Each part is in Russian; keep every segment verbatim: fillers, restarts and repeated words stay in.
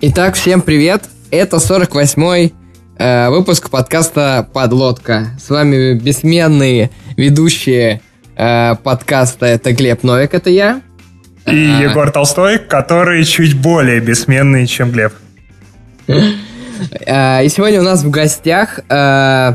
Итак, всем привет! Это сорок восьмой э, выпуск подкаста «Подлодка». С вами бессменные ведущие э, подкаста. Это Глеб Новик, это я. И а... Егор Толстой, который чуть более бессменный, чем Глеб. И сегодня у нас в гостях э,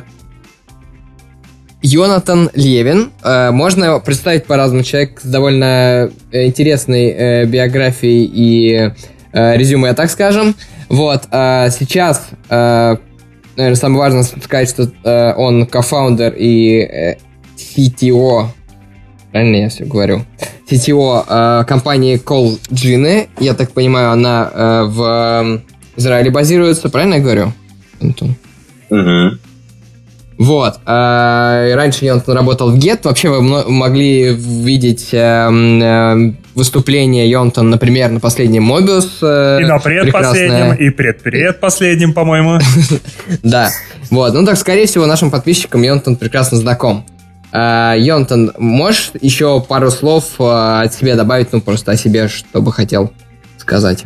Йонатан Левин. Э, можно его представить по-разному. Человек с довольно интересной э, биографией и э, резюме, так скажем. Вот, э, сейчас, э, наверное, самое важное сказать, что э, он кофаундер и э, си ти о, правильно я все говорю, си ти о э, компании Call.Gine. Я так понимаю, она э, в Израиле базируется, правильно я говорю, Антон? Угу. Вот. Э, раньше Йонатан работал в Get. Вообще вы могли видеть э, э, выступление Йонатана, например, на последнем Mobius. Э, и на предпоследнем, и предпредпоследнем, по-моему. Да. Вот. Ну так, скорее всего, нашим подписчикам Йонатан прекрасно знаком. Йонатан, можешь еще пару слов от себя добавить, ну просто о себе, что бы хотел сказать?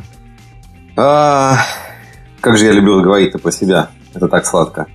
А, как же я любил говорить-то про себя. Это так сладко.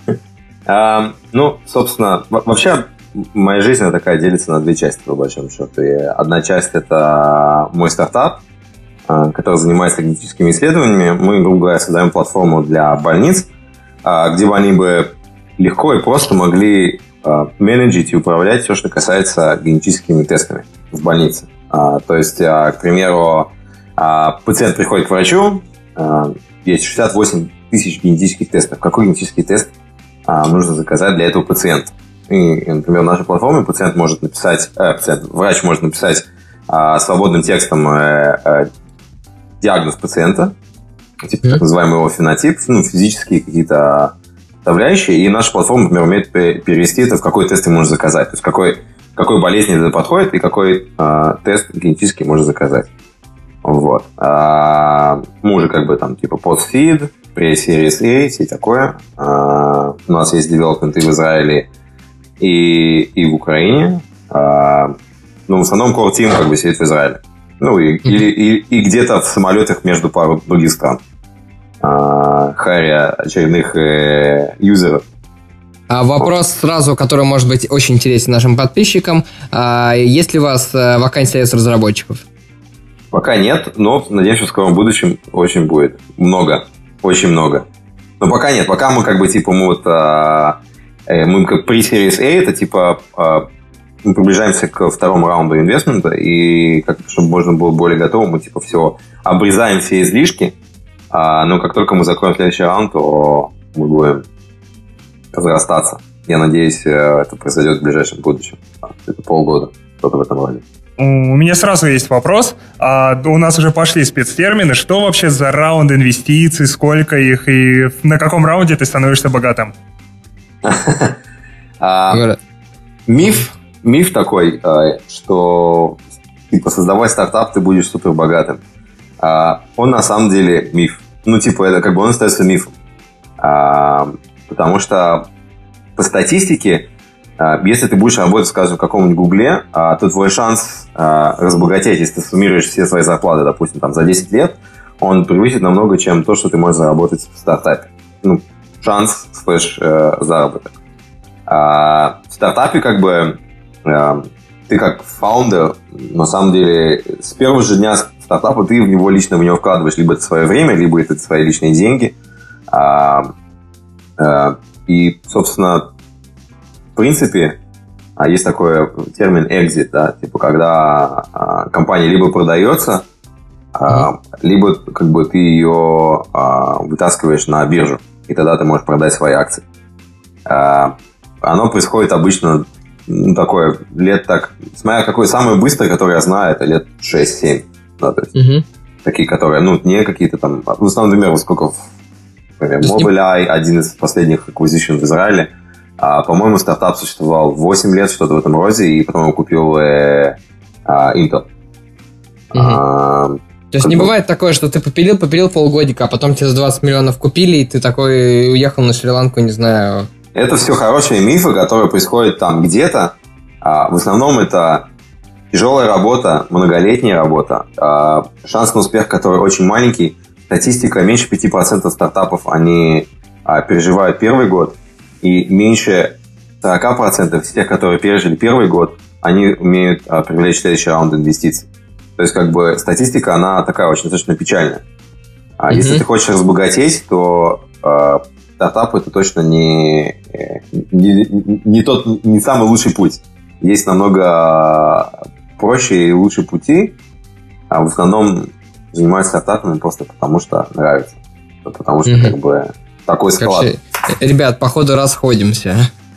А, ну, собственно, вообще моя жизнь она такая делится на две части, по большому счету. И одна часть – это мой стартап, который занимается генетическими исследованиями. Мы, грубо говоря, создаем платформу для больниц, где бы они бы легко и просто могли менеджить и управлять все, что касается генетическими тестами в больнице. То есть, к примеру, пациент приходит к врачу, есть шестьдесят восемь тысяч генетических тестов. Какой генетический тест нужно заказать для этого пациента? И, например, в нашей платформе пациент может написать, э, пациент, врач может написать э, свободным текстом э, э, диагноз пациента, типа mm-hmm. так называемый его фенотип, ну, физические какие-то составляющие, и наша платформа, например, умеет перевести это, в какой тест ты можешь заказать, то есть какой, какой болезни это подходит и какой э, тест генетический можно заказать. Вот. А, мы уже как бы там типа post-seed, pre-series A, и такое. А, у нас есть development и в Израиле, и, и в Украине. А, но в основном core team как бы сидит в Израиле. Ну, и, mm-hmm. и, и, и где-то в самолетах между пару других стран. А, харя очередных э, юзеров. А вопрос сразу, который может быть очень интересен нашим подписчикам. А, есть ли у вас вакансия с разработчиков? Пока нет, но надеюсь, что в скором будущем очень будет. Много. Очень много. Но пока нет. Пока мы как бы типа мы вот а, э, мы как pre-series A, это типа а, мы приближаемся к второму раунду инвестмента, и как, чтобы можно было более готовым, мы типа все обрезаем все излишки, а, но как только мы закроем следующий раунд, то мы будем разрастаться. Я надеюсь, это произойдет в ближайшем будущем. Это полгода, что-то в этом роде. У меня сразу есть вопрос. А, у нас уже пошли спецтермины. Что вообще за раунд инвестиций, сколько их, и на каком раунде ты становишься богатым? Миф, миф такой, что типа создавая стартап, ты будешь супер богатым. Он на самом деле миф. Ну, типа, это как бы он остается мифом. Потому что по статистике, если ты будешь работать, скажем, в каком-нибудь Гугле, то твой шанс разбогатеть, если ты суммируешь все свои зарплаты, допустим, там, за десять лет, он превысит намного, чем то, что ты можешь заработать в стартапе. Ну, шанс слэш заработок. В стартапе, как бы, ты как фаундер, на самом деле, с первого же дня стартапа ты в него лично в него вкладываешь либо это свое время, либо это свои личные деньги. И, собственно, в принципе, есть такой термин exit, да, типа когда а, компания либо продается, а, либо как бы ты ее а, вытаскиваешь на биржу, и тогда ты можешь продать свои акции. А, оно происходит обычно ну, такое лет так, смотря какое самое быстрое, которое я знаю, это лет шесть-семь. Да, то есть mm-hmm. такие, которые, ну, не какие-то там, в основном, например, сколько, например, Mobileye, один из последних acquisition в Израиле. А, по-моему, стартап существовал восемь лет, что-то в этом роде, и потом его купил э, а, Intel. Угу. А, То есть не бы... бывает такое, что ты попилил, попилил полгодика, а потом тебе за двадцать миллионов купили, и ты такой уехал на Шри-Ланку, не знаю. Это все хорошие мифы, которые происходят там где-то. А, в основном это тяжелая работа, многолетняя работа. А, шанс на успех, который очень маленький. статистика, меньше пяти процентов стартапов, они а, переживают первый год, и меньше сорок процентов из тех, которые пережили первый год, они умеют а, привлечь следующий раунд инвестиций. То есть, как бы, статистика, она такая очень достаточно печальная. А mm-hmm. если ты хочешь разбогатеть, то а, стартап это точно не, не, не, тот, не самый лучший путь. Есть намного проще и лучшие пути, а в основном занимаюсь стартапами просто потому, что нравится. Потому что, mm-hmm. как бы, такой склад. Короче, ребят, походу расходимся.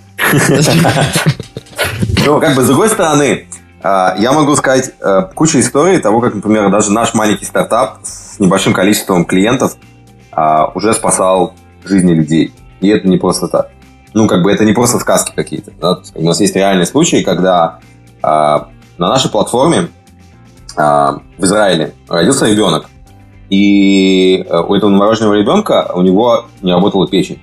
Ну, как бы, с другой стороны, я могу сказать кучу историй того, как, например, даже наш маленький стартап с небольшим количеством клиентов уже спасал жизни людей. И это не просто так. Ну, как бы, это не просто сказки какие-то. Да? У нас есть реальные случаи, когда на нашей платформе в Израиле родился ребенок. И у этого новорожденного ребенка у него не работала печень.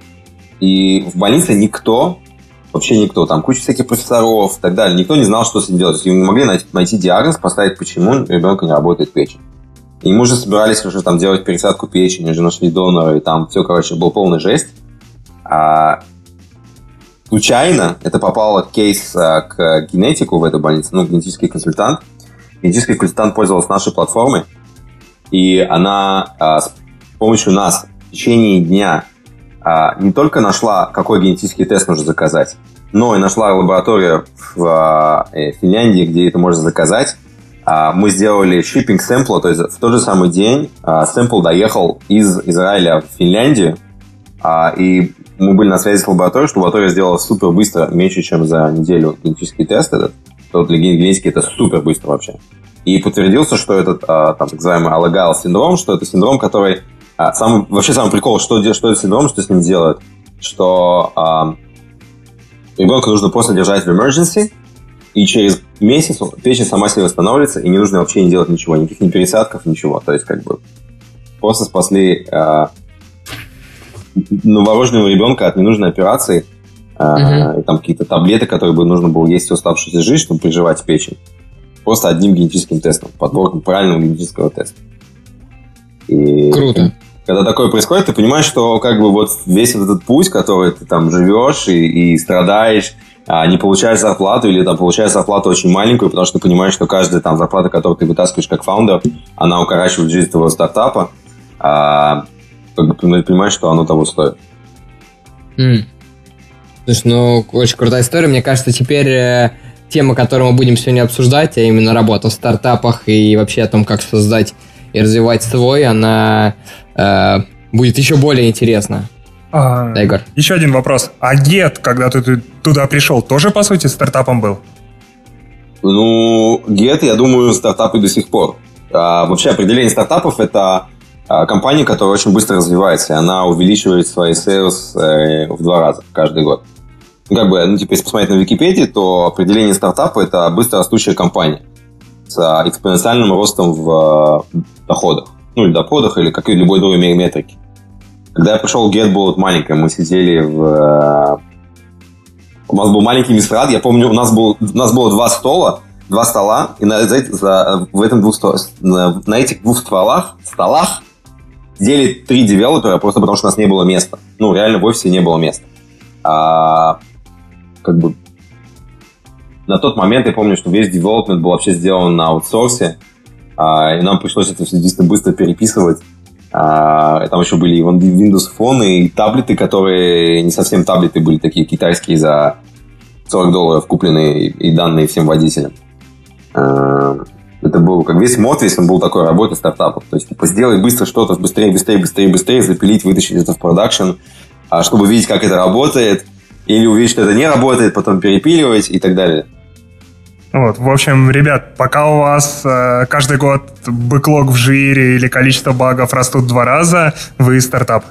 И в больнице никто, вообще никто, там куча всяких профессоров и так далее, никто не знал, что с ним делать. То есть не могли найти, найти диагноз, поставить, почему у ребенка не работает печень. И мы уже собирались уже там делать пересадку печени, уже нашли донора, и там все, короче, был полный жесть. А, случайно это попало кейс а, к генетику в этой больнице, ну, генетический консультант. Генетический консультант пользовался нашей платформой, и она а, с помощью нас в течение дня а, не только нашла, какой генетический тест нужно заказать, но и нашла лабораторию в а, Финляндии, где это можно заказать. А, мы сделали shipping сэмпла, то есть в тот же самый день а, сэмпл доехал из Израиля в Финляндию, а, и мы были на связи с лабораторией, что лаборатория сделала супер быстро, меньше, чем за неделю генетический тест этот. То для генетики это супер быстро вообще. И подтвердился, что этот а, там, так называемый Alagille синдром, что это синдром, который... А, самый, вообще самый прикол, что, что это синдром, что с ним делают, что а, ребенка нужно просто держать в emergency, и через месяц печень сама себе восстанавливается, и не нужно вообще не делать ничего, никаких ни пересадков, ничего. То есть, как бы, просто спасли а, новорожденного ребенка от ненужной операции, Uh-huh. и там какие-то таблеты, которые бы нужно было есть всю оставшуюся жизнь, чтобы приживать печень. Просто одним генетическим тестом, подборком правильного генетического теста. И круто. Когда такое происходит, ты понимаешь, что как бы вот весь этот путь, который ты там живешь и, и страдаешь, а не получаешь зарплату или там получаешь зарплату очень маленькую, потому что ты понимаешь, что каждая там зарплата, которую ты вытаскиваешь как фаундер, она укорачивает жизнь твоего стартапа, а, как бы ты понимаешь, что оно того стоит. Mm. Слушай, ну, очень крутая история. Мне кажется, теперь э, тема, которую мы будем сегодня обсуждать, а именно работа в стартапах и вообще о том, как создать и развивать свой, она э, будет еще более интересна. А, да, Егор? Еще один вопрос. А Get, когда ты, ты туда пришел, тоже, по сути, стартапом был? Ну, Get, я думаю, стартап и до сих пор. А, вообще, определение стартапов – это а, компания, которая очень быстро развивается, и она увеличивает свои sales э, в два раза каждый год. Ну, как бы, ну, типа, если посмотреть на Википедии, то определение стартапа – это быстро растущая компания с а, экспоненциальным ростом в а, доходах. Ну, или доходах, или какой любой другой метрики. Когда я пришел, Get был маленький, мы сидели в... А, у нас был маленький мистрат, я помню, у нас, был, у нас было два стола, два стола, и на, за, за, в этом двух, на, на этих двух столах, столах сидели три девелопера, просто потому что у нас не было места. Ну, реально в офисе не было места. А, как бы на тот момент я помню, что весь девелопмент был вообще сделан на аутсорсе, а, и нам пришлось это все действительно быстро переписывать. А, там еще были и Windows Phone, и таблеты, которые не совсем таблеты были, такие китайские за сорок долларов купленные и данные всем водителям. А, это был, как весь мод, весь он был такой работой стартапов. То есть, типа, сделай быстро что-то, быстрее, быстрее, быстрее, быстрее, запилить, вытащить это в продакшн, а, чтобы видеть, как это работает, или увидеть, что это не работает, потом перепиливать и так далее. Вот, в общем, ребят, пока у вас э, каждый год бэклог в жире или количество багов растут в два раза, вы стартап.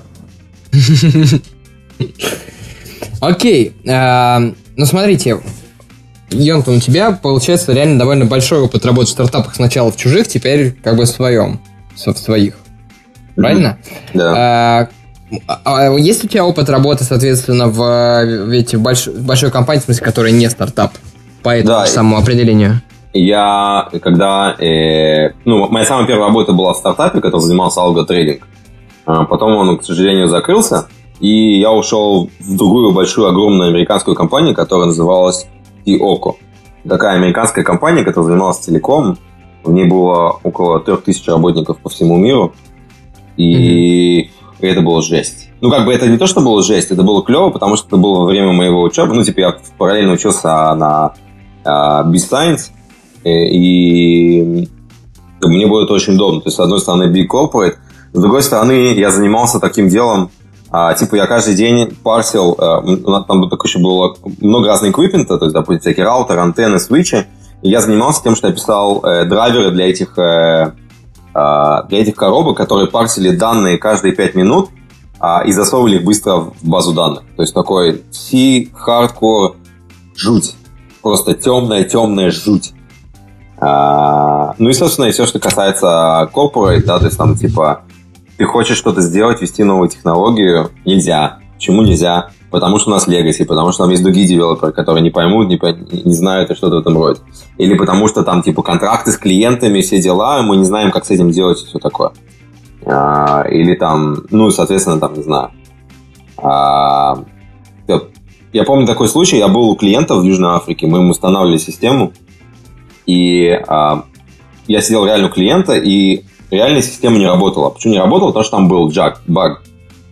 Окей, ну смотрите, Йонтон, у тебя получается реально довольно большой опыт работы в стартапах. Сначала в чужих, теперь как бы в своем, в своих. Правильно? Да. А есть у тебя опыт работы, соответственно, в, ведь в, больш, в большой компании, в смысле, которая не стартап, по этому да, самому определению? я, когда... Э, ну, моя самая первая работа была в стартапе, который занимался алго-трейдинг. Потом он, к сожалению, закрылся, и я ушел в другую большую, огромную американскую компанию, которая называлась T-Oco. Такая американская компания, которая занималась телекомом. В ней было около трех тысяч работников по всему миру. И mm-hmm. это было жесть. Ну, как бы это не то, что было жесть, это было клево, потому что это было во время моего учебы. Ну, типа, я параллельно учился на uh, BizScience, и, и мне было это очень удобно. То есть, с одной стороны, Big Corporate, с другой стороны, я занимался таким делом, а, типа, я каждый день парсил, а, там так еще было много разных эквипмента, то есть, допустим, всякие раутеры, антенны, свитчи, и я занимался тем, что я писал э, драйверы для этих, э, э, для этих коробок, которые парсили данные каждые пять минут э, и засовывали их быстро в базу данных. То есть, такой C, hardcore, жуть. Просто темная-темная жуть. А, ну и, собственно, и все, что касается corporate, да, то есть, там, типа, ты хочешь что-то сделать, ввести новую технологию, нельзя. Почему нельзя? Потому что у нас legacy, потому что там есть другие девелоперы, которые не поймут, не, по... не знают и что-то в этом роде. Или потому что там, типа, контракты с клиентами, все дела, мы не знаем, как с этим делать и все такое. А, или там, ну, соответственно, там, не знаю. А, я помню такой случай, я был у клиента в Южной Африке, мы им устанавливали систему, и а, я сидел реально у клиента, и реальная система не работала. Почему не работала? Потому что там был джаг, баг.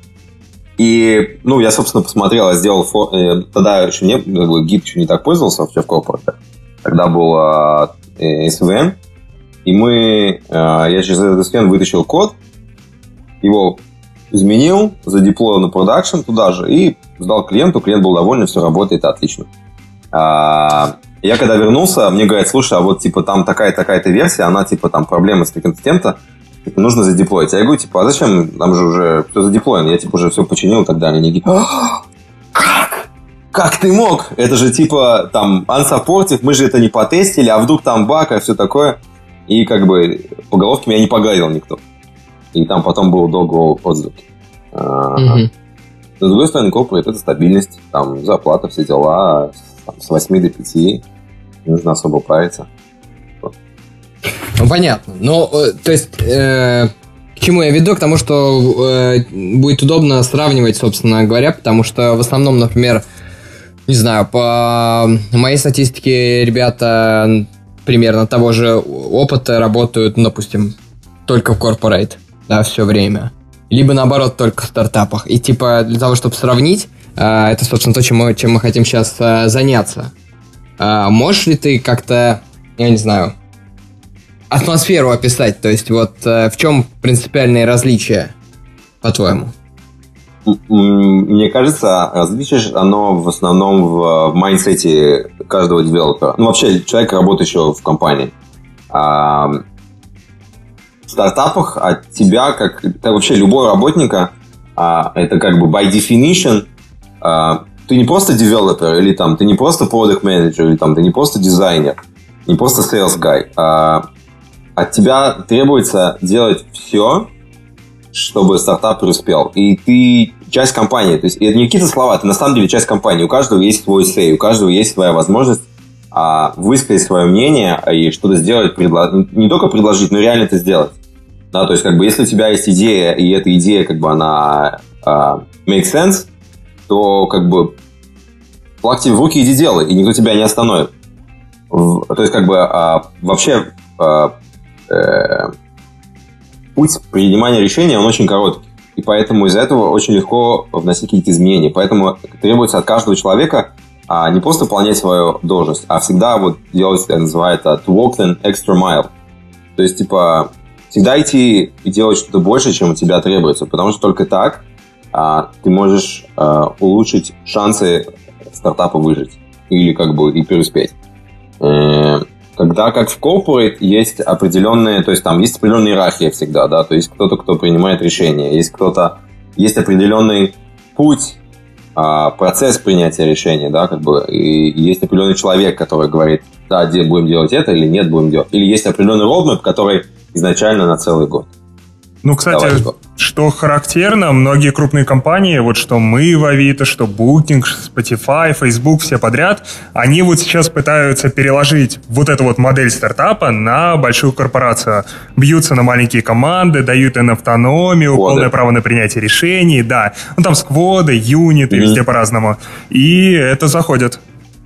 И, ну, я, собственно, посмотрел, я сделал... Фо... Тогда еще не... Гид еще не так пользовался вообще в корпорате. Тогда был э, эс ви эн. И мы... Э, я через эс ви эн вытащил код, его изменил, задеплоил на продакшн туда же и сдал клиенту. Клиент был доволен, все работает отлично. А, я когда вернулся, мне говорят, слушай, а вот, типа, там такая-такая-то версия, она, типа, там проблемы с таким-то тем-то, типа, нужно задеплоить. Я говорю, типа, а зачем? Там же уже все задеплоено. Я, типа, уже все починил и так далее. Они говорят, как? Как ты мог? Это же, типа, там, unsupported, мы же это не потестили, а вдруг там баг, и все такое. И, как бы, по головке меня не погладил никто. И там потом был долго отзыв. Mm-hmm. Но, с другой стороны, corporate — это стабильность, там, зарплата, все дела, там, с восьми до пяти, не нужно особо париться. Ну, понятно. Ну, то есть, э, к чему я веду? К тому, что э, будет удобно сравнивать, собственно говоря, потому что в основном, например, не знаю, по моей статистике ребята примерно того же опыта работают, ну, допустим, только в corporate, да, все время. Либо, наоборот, только в стартапах. И, типа, для того, чтобы сравнить, э, это, собственно, то, чем мы, чем мы хотим сейчас э, заняться. Э, можешь ли ты как-то, я не знаю, атмосферу описать? То есть, вот э, в чем принципиальные различия, по-твоему? Мне кажется, различие, оно в основном в, в майндсете каждого девелопера. Ну, вообще, человека, работающего в компании. А, в стартапах от тебя, как, как вообще любого работника, а, это как бы by definition, а, ты не просто девелопер, или там, ты не просто product manager, или там, ты не просто дизайнер, не просто sales guy. А, от тебя требуется делать все, чтобы стартап преуспел. И ты часть компании. То есть, это не какие-то слова, ты на самом деле часть компании. У каждого есть свой say, у каждого есть своя возможность а, высказать свое мнение и что-то сделать, предло... не только предложить, но реально это сделать. Да, то есть, как бы, если у тебя есть идея, и эта идея, как бы, она а, makes sense, то, как бы, флаг тебе в руки, иди делай, и никто тебя не остановит. В... То есть, как бы, а, вообще... А, э... путь принимания решения, он очень короткий. И поэтому из-за этого очень легко вносить какие-то изменения. Поэтому требуется от каждого человека а, не просто выполнять свою должность, а всегда вот делать, как называют, to walk an extra mile. То есть, типа, всегда идти и делать что-то больше, чем от тебя требуется. Потому что только так а, ты можешь а, улучшить шансы стартапа выжить. Или как бы и преуспеть. Когда, как в corporate, есть определенные, то есть там есть определенная иерархия всегда, да, то есть кто-то, кто принимает решения, есть кто-то, есть определенный путь, а, процесс принятия решения, да, как бы, и есть определенный человек, который говорит, да, будем делать это или нет, будем делать, или есть определенный roadmap, который изначально на целый год. Ну, кстати, Давай, что характерно, многие крупные компании, вот что мы в Авито, что Booking, Spotify, Facebook, все подряд, они вот сейчас пытаются переложить вот эту вот модель стартапа на большую корпорацию. Бьются на маленькие команды, дают им автономию, скводы. Полное право на принятие решений, да. Ну, там скводы, юниты, mm-hmm. везде по-разному. И это заходит.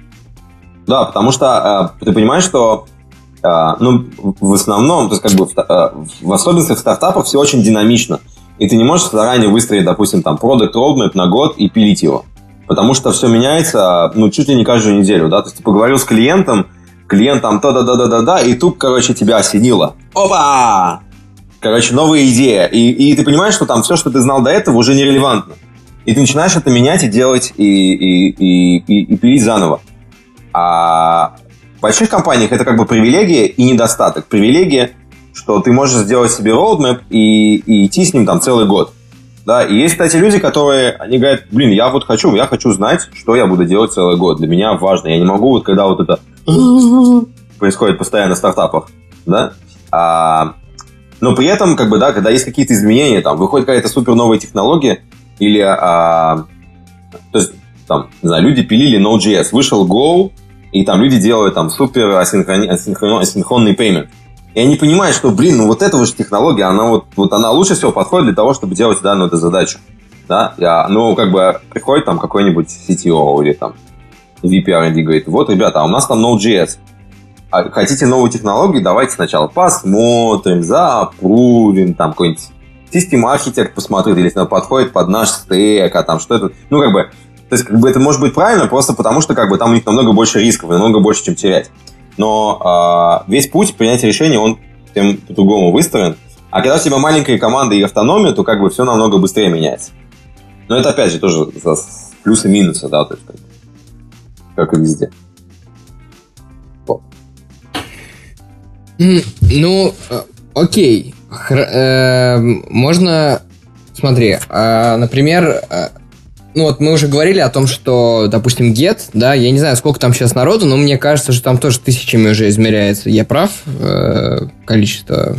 Да, потому что э, ты понимаешь, что Uh, ну, в основном, то есть как бы в, uh, в особенностях стартапов все очень динамично. И ты не можешь заранее выстроить, допустим, там, product roadmap на год и пилить его. Потому что все меняется, ну, чуть ли не каждую неделю, да. То есть ты поговорил с клиентом, клиент там то-да-да-да-да-да, и тут, короче, тебя осенило. Опа! Короче, новая идея. И, и ты понимаешь, что там все, что ты знал до этого, уже нерелевантно. И ты начинаешь это менять и делать, и, и, и, и, и пилить заново. А... В больших компаниях это как бы привилегия и недостаток. Привилегия, что ты можешь сделать себе roadmap и, и идти с ним там целый год. Да? И есть, кстати, люди, которые, они говорят, блин, я вот хочу, я хочу знать, что я буду делать целый год. Для меня важно. Я не могу, вот когда вот это происходит постоянно в стартапах, да? А, но при этом, как бы, да, когда есть какие-то изменения, там, выходит какая-то супер новая технология, или, а, то есть, там, не знаю, люди пилили Node.js, вышел Go, и там люди делают там супер асинхрон... асинхрон... асинхронный payment. И они понимают, что, блин, ну вот эта вот технология, она вот, вот она лучше всего подходит для того, чтобы делать данную эту задачу. Да? Я, ну, как бы приходит там какой-нибудь си ти о или там ви пи ар энд ди говорит, вот, ребята, а у нас там Node.js. А хотите новую технологию? Давайте сначала посмотрим, заапрувим, там какой-нибудь System Architect посмотрит, или если она подходит под наш стек, а там что это. Ну, как бы, то есть, как бы это может быть правильно, просто потому что как бы там у них намного больше рисков, намного больше, чем терять. Но э, весь путь принятия решения, он тем по-другому выстроен. А когда у тебя маленькая команда и автономия, то как бы все намного быстрее меняется. Но это, опять же, тоже плюсы и минусы, да, то есть, как, как и везде. Вот. Ну, окей. Хр- э, можно, смотри, э, например... Э, Ну вот мы уже говорили о том, что, допустим, Get, да, я не знаю, сколько там сейчас народу, но мне кажется, что там тоже тысячами уже измеряется. Я прав? Э, количество...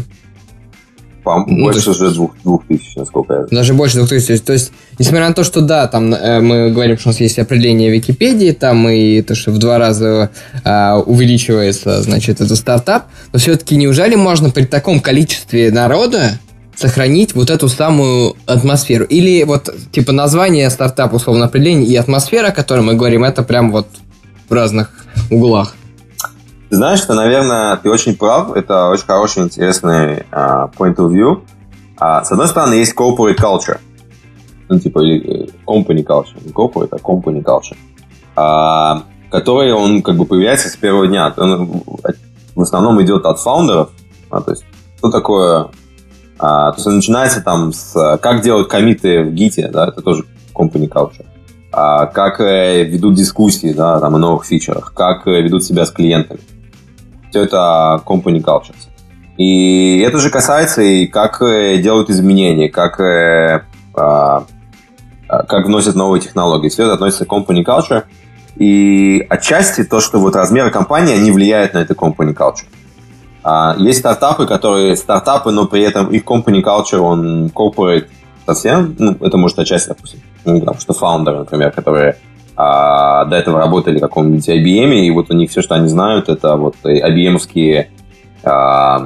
Ну, больше уже двух, двух тысяч, насколько я знаю. Даже больше двух тысяч. То есть, несмотря на то, что да, там э, мы говорим, что у нас есть определение в Википедии, там и то, что в два раза э, увеличивается, значит, это стартап, но все-таки неужели можно при таком количестве народа сохранить вот эту самую атмосферу? Или вот, типа, название стартапа, условно, определение и атмосфера, о которой мы говорим, это прям вот в разных углах? Ты знаешь, что, наверное, ты очень прав. Это очень хороший, интересный uh, point of view. Uh, с одной стороны, есть corporate culture. Ну, типа, или company culture. Не corporate, а company culture. Uh, который, он как бы появляется с первого дня. Он в основном идет от фаундеров. А, то есть, что такое... Uh, то есть он начинается там с как делают коммиты в гите, да, это тоже company culture. Uh, как э, ведут дискуссии, да, там, о новых фичерах, как э, ведут себя с клиентами. Все это company culture. И это же касается и как э, делают изменения, как, э, э, как вносят новые технологии. Все это относится к company culture. И отчасти то, что вот размеры компании, они влияют на это company culture. Uh, есть стартапы, которые стартапы, но при этом их company culture, он corporate совсем. Ну, это может отчасти, допустим, ну, потому что фаундеры, например, которые uh, до этого работали в каком-нибудь ай би эм, и вот у них все, что они знают, это вот ай би эм-овские uh,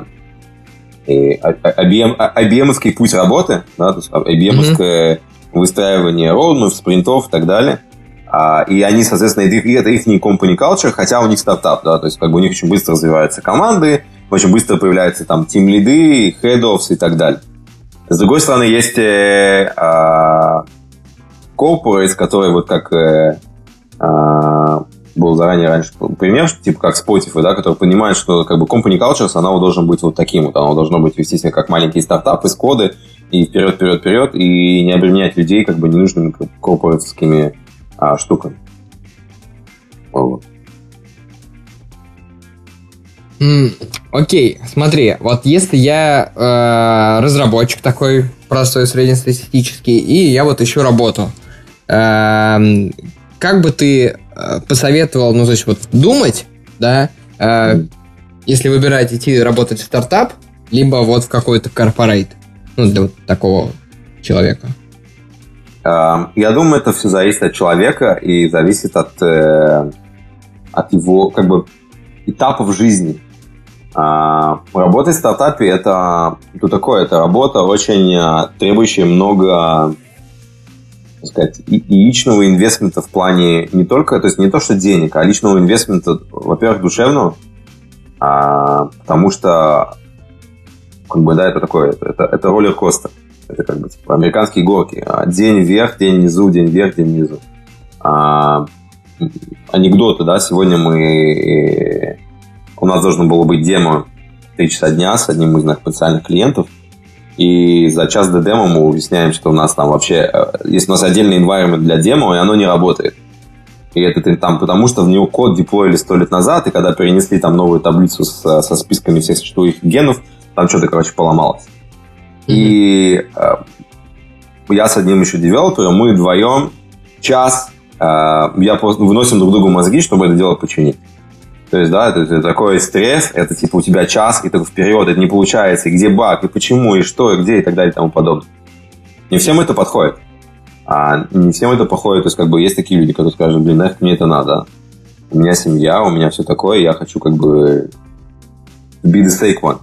ай би эм, ай би эм-овский путь работы, да, то есть ай би эм-овское mm-hmm. выстраивание роудмэпов, спринтов и так далее. Uh, и они, соответственно, это их не company culture, хотя у них стартап, да, то есть как бы у них очень быстро развиваются команды, очень быстро появляются там тим-лиды, хед-оффс и так далее. С другой стороны, есть э, э, corporates, которые вот как э, э, был заранее раньше пример, типа как Spotify, да, которые понимают, что как бы company culture, оно должно быть вот таким вот, оно должно быть вести себя как маленькие стартапы, скоды, и вперед, вперед, вперед, и не обременять людей как бы ненужными корпоративными а, штуками. Вот. Mm, окей, смотри, вот если я э, разработчик такой простой, среднестатистический, и я вот ищу работу, э, как бы ты э, посоветовал, ну, то есть вот думать, да, э, если выбирать идти работать в стартап, либо вот в какой-то корпорейт? Ну, для вот такого человека. Я думаю, это все зависит от человека и зависит от, от его, как бы, этапов жизни. Работать в стартапе это, это такое, это работа очень требующая много, так сказать, и, и личного инвестмента в плане не только, то есть не то, что денег, а личного инвестмента, во-первых, душевного, а, потому что как бы, да, это такое, это, это роллер-костер. Это как бы типа американские горки. День вверх, день внизу, день вверх, день внизу. А, анекдоты, да, сегодня мы... У нас должно было быть демо три часа дня с одним из наших потенциальных клиентов. И за час до демо мы объясняем, что у нас там вообще... Есть у нас отдельный environment для демо, и оно не работает. И это там потому, что в него код деплоили сто лет назад, и когда перенесли там новую таблицу с, со списками всех существующих генов, там что-то, короче, поломалось. И э, я с одним еще девелопером, мы вдвоем час э, я просто выносим друг другу мозги, чтобы это дело починить. То есть, да, это, это такой стресс, это типа у тебя час, и ты вперед, это не получается, и где баг, и почему, и что, и где, и так далее, и тому подобное. Не всем это подходит. А не всем это подходит, то есть, как бы, есть такие люди, которые скажут, блин, нафиг мне это надо. У меня семья, у меня все такое, я хочу, как бы, be the fake one.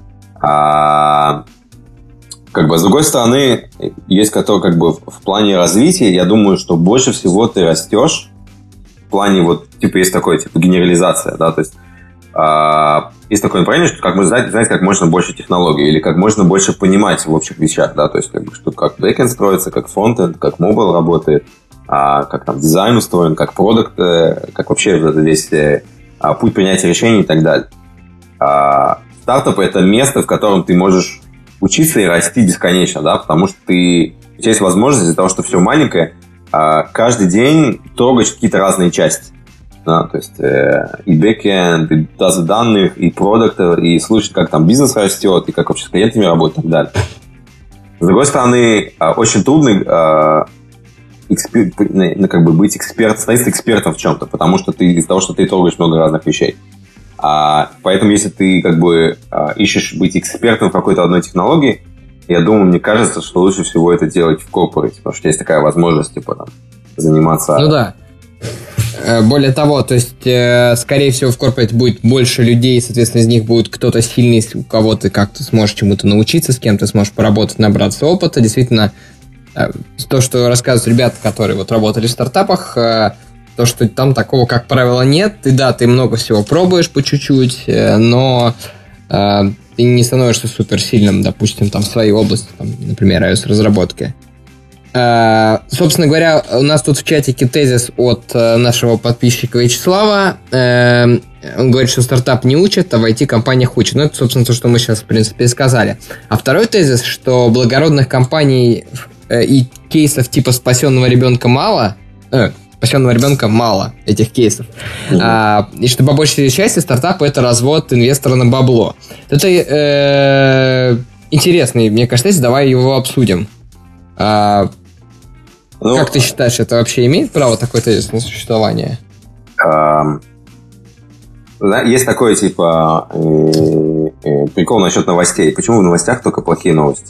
А... Как бы, с другой стороны, есть который, как бы, в плане развития, я думаю, что больше всего ты растешь в плане, вот, типа, есть такое, типа, генерализация, да, то есть, э, есть такое направление, что, как можно знать, знать, как можно больше технологий, или как можно больше понимать в общих вещах, да, то есть, как бы, что, как бэкэнд строится, как фронтенд, как мобайл работает, а, как там дизайн устроен, как продукт, э, как вообще весь э, путь принятия решений и так далее. А, стартап — это место, в котором ты можешь учиться и расти бесконечно, да, потому что ты, у тебя есть возможность из-за того, что все маленькое, каждый день трогать какие-то разные части. Да, то есть э, и бэкэнд, и базы данных, и продукты, и слушать, как там бизнес растет, и как вообще с клиентами работать и так далее. С другой стороны, очень трудно э, экспер, ну, как бы быть экспертом, становиться экспертом в чем-то, потому что ты из-за того, что ты трогаешь много разных вещей. А, поэтому, если ты как бы а, ищешь быть экспертом в какой-то одной технологии, я думаю, мне кажется, что лучше всего это делать в корпорате, потому что есть такая возможность, типа, там, заниматься... Ну да. Более того, то есть, скорее всего, в корпорате будет больше людей, соответственно, из них будет кто-то сильный, у кого ты как-то сможешь чему-то научиться, с кем ты сможешь поработать, набраться опыта. Действительно, то, что рассказывают ребята, которые вот работали в стартапах, то, что там такого, как правило, нет. И да, ты много всего пробуешь по чуть-чуть, но э, ты не становишься суперсильным, допустим, там, в своей области, там, например, iOS-разработки. Э, собственно говоря, у нас тут в чатике тезис от э, нашего подписчика Вячеслава. Э, он говорит, что стартап не учат, а в ай ти-компаниях учат. Ну, это, собственно, то, что мы сейчас, в принципе, и сказали. А второй тезис, что благородных компаний э, и кейсов типа спасенного ребенка мало... Э, спасенного ребенка мало этих кейсов. Mm-hmm. А, и что по большей части стартапы — это развод инвестора на бабло. Это э, интересный, мне кажется, давай его обсудим. А, ну, как ты считаешь, это вообще имеет право такое тезис на существование? Um, есть такой типа э, э, прикол насчет новостей. Почему в новостях только плохие новости?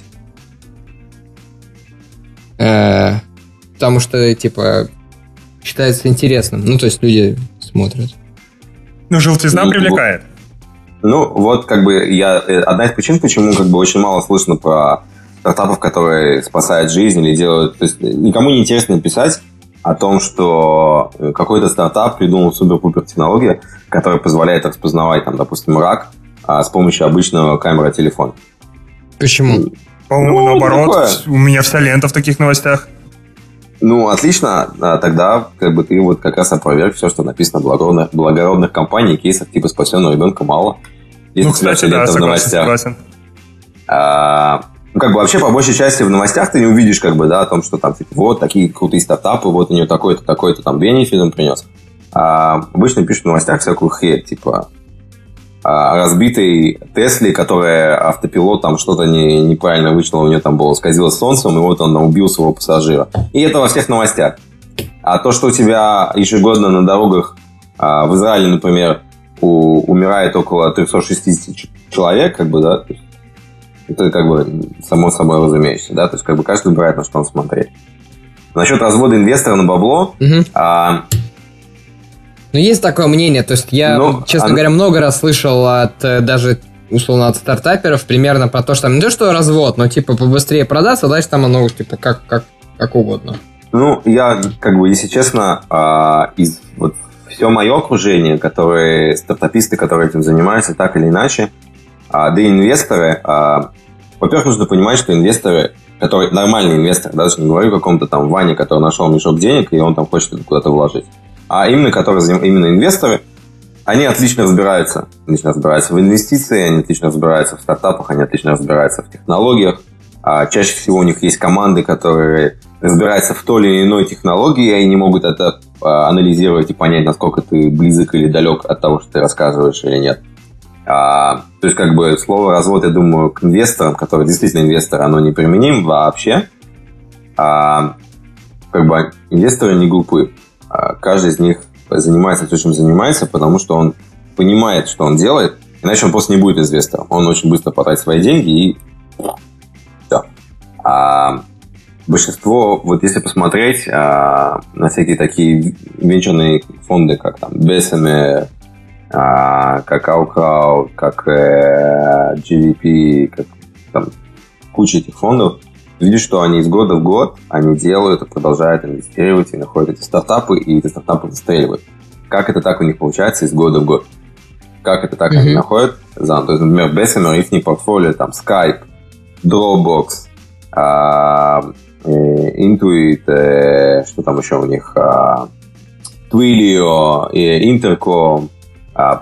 Э, потому что типа считается интересным. Ну, то есть люди смотрят. Ну, желтизна ну, привлекает. Ну, вот как бы я... Одна из причин, почему как бы очень мало слышно про стартапов, которые спасают жизнь или делают... То есть никому не интересно писать о том, что какой-то стартап придумал супер-пупер технологию, которая позволяет распознавать, там, допустим, рак а, с помощью обычного камеры телефона. Почему? По-моему, ну, наоборот. Такое. У меня вся лента в таких новостях. Ну, отлично. Тогда как бы ты вот как раз опроверг все, что написано в благородных, благородных компаниях, кейсах типа спасенного ребенка мало. Есть, ну, кстати, да, согласен, согласен. А, ну, как бы вообще, по большей части в новостях ты не увидишь, как бы, да, о том, что там, типа, вот такие крутые стартапы, вот у нее такой-то, такой-то там бенефит он принес. А, обычно пишут в новостях всякую хрень, типа, о разбитой Тесле, которая автопилот там что-то не, неправильно вышло, у нее там было скользило солнцем, и вот он там убил своего пассажира. И это во всех новостях. А то, что у тебя ежегодно на дорогах а, в Израиле, например, у, умирает около триста шестьдесят человек, как бы, да, Это как бы само собой разумеющееся, да, то есть как бы каждый выбирает, на что он смотреть. Насчет развода инвестора на бабло... Угу. А... Ну, есть такое мнение, то есть я, ну, честно а... говоря, много раз слышал от даже, условно, от стартаперов примерно про то, что там не то, что развод, но типа побыстрее продаться, дальше там оно типа как, как, как угодно. Ну, я, как бы, если честно, а, из вот все мое окружение, которые стартаписты, которые этим занимаются так или иначе, а, да и инвесторы, а, во-первых, нужно понимать, что инвесторы, которые нормальные инвесторы, даже не говорю о каком-то там Ване, который нашел мешок денег, и он там хочет это куда-то вложить, а именно, которые, именно инвесторы, они отлично разбираются, отлично разбираются в инвестиции, они отлично разбираются в стартапах, они отлично разбираются в технологиях. А чаще всего у них есть команды, которые разбираются в той или иной технологии, и они могут это а, анализировать и понять, насколько ты близок или далек от того, что ты рассказываешь или нет. А, то есть, как бы, слово «развод», я думаю, к инвесторам, которые действительно инвесторы, оно не применимо вообще. А, как бы, инвесторы не глупы. А, каждый из них занимается то, чем занимается, потому что он понимает, что он делает, иначе он просто не будет инвестором. Он очень быстро потратит свои деньги и все. А большинство, вот если посмотреть а, на всякие такие венчурные фонды, как там би эс эм эр, а, как Outcrowd, как э, джи ви пи, как там куча этих фондов, видишь, что они из года в год они делают и продолжают инвестировать, и находят эти стартапы, и эти стартапы выстреливают. Как это так у них получается из года в год? Как это так mm-hmm. они находят? То есть, например, Bessemer, их портфолио, там, Skype, Dropbox, uh, Intuit, uh, что там еще у них, uh, Twilio, Intercom, uh,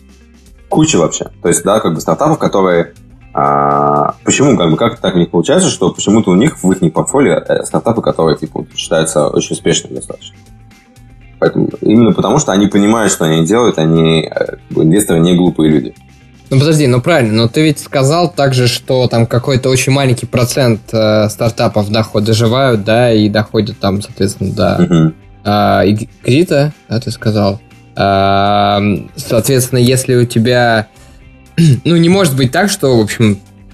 куча вообще. То есть, да, как бы стартапов, которые... Uh, почему, как бы, как так у них получается, что почему-то у них в их портфолио стартапы, которые, типа, считаются очень успешными достаточно. Поэтому, именно потому, что они понимают, что они делают, они, как бы, инвесторы не глупые люди. Ну, подожди, ну правильно, но ты ведь сказал также, что там какой-то очень маленький процент э, стартапов доход доживают, да, и доходят там, соответственно, до uh-huh. э, экзита, да, ты сказал. Э, соответственно, если у тебя... Ну, не может быть так, что, в общем...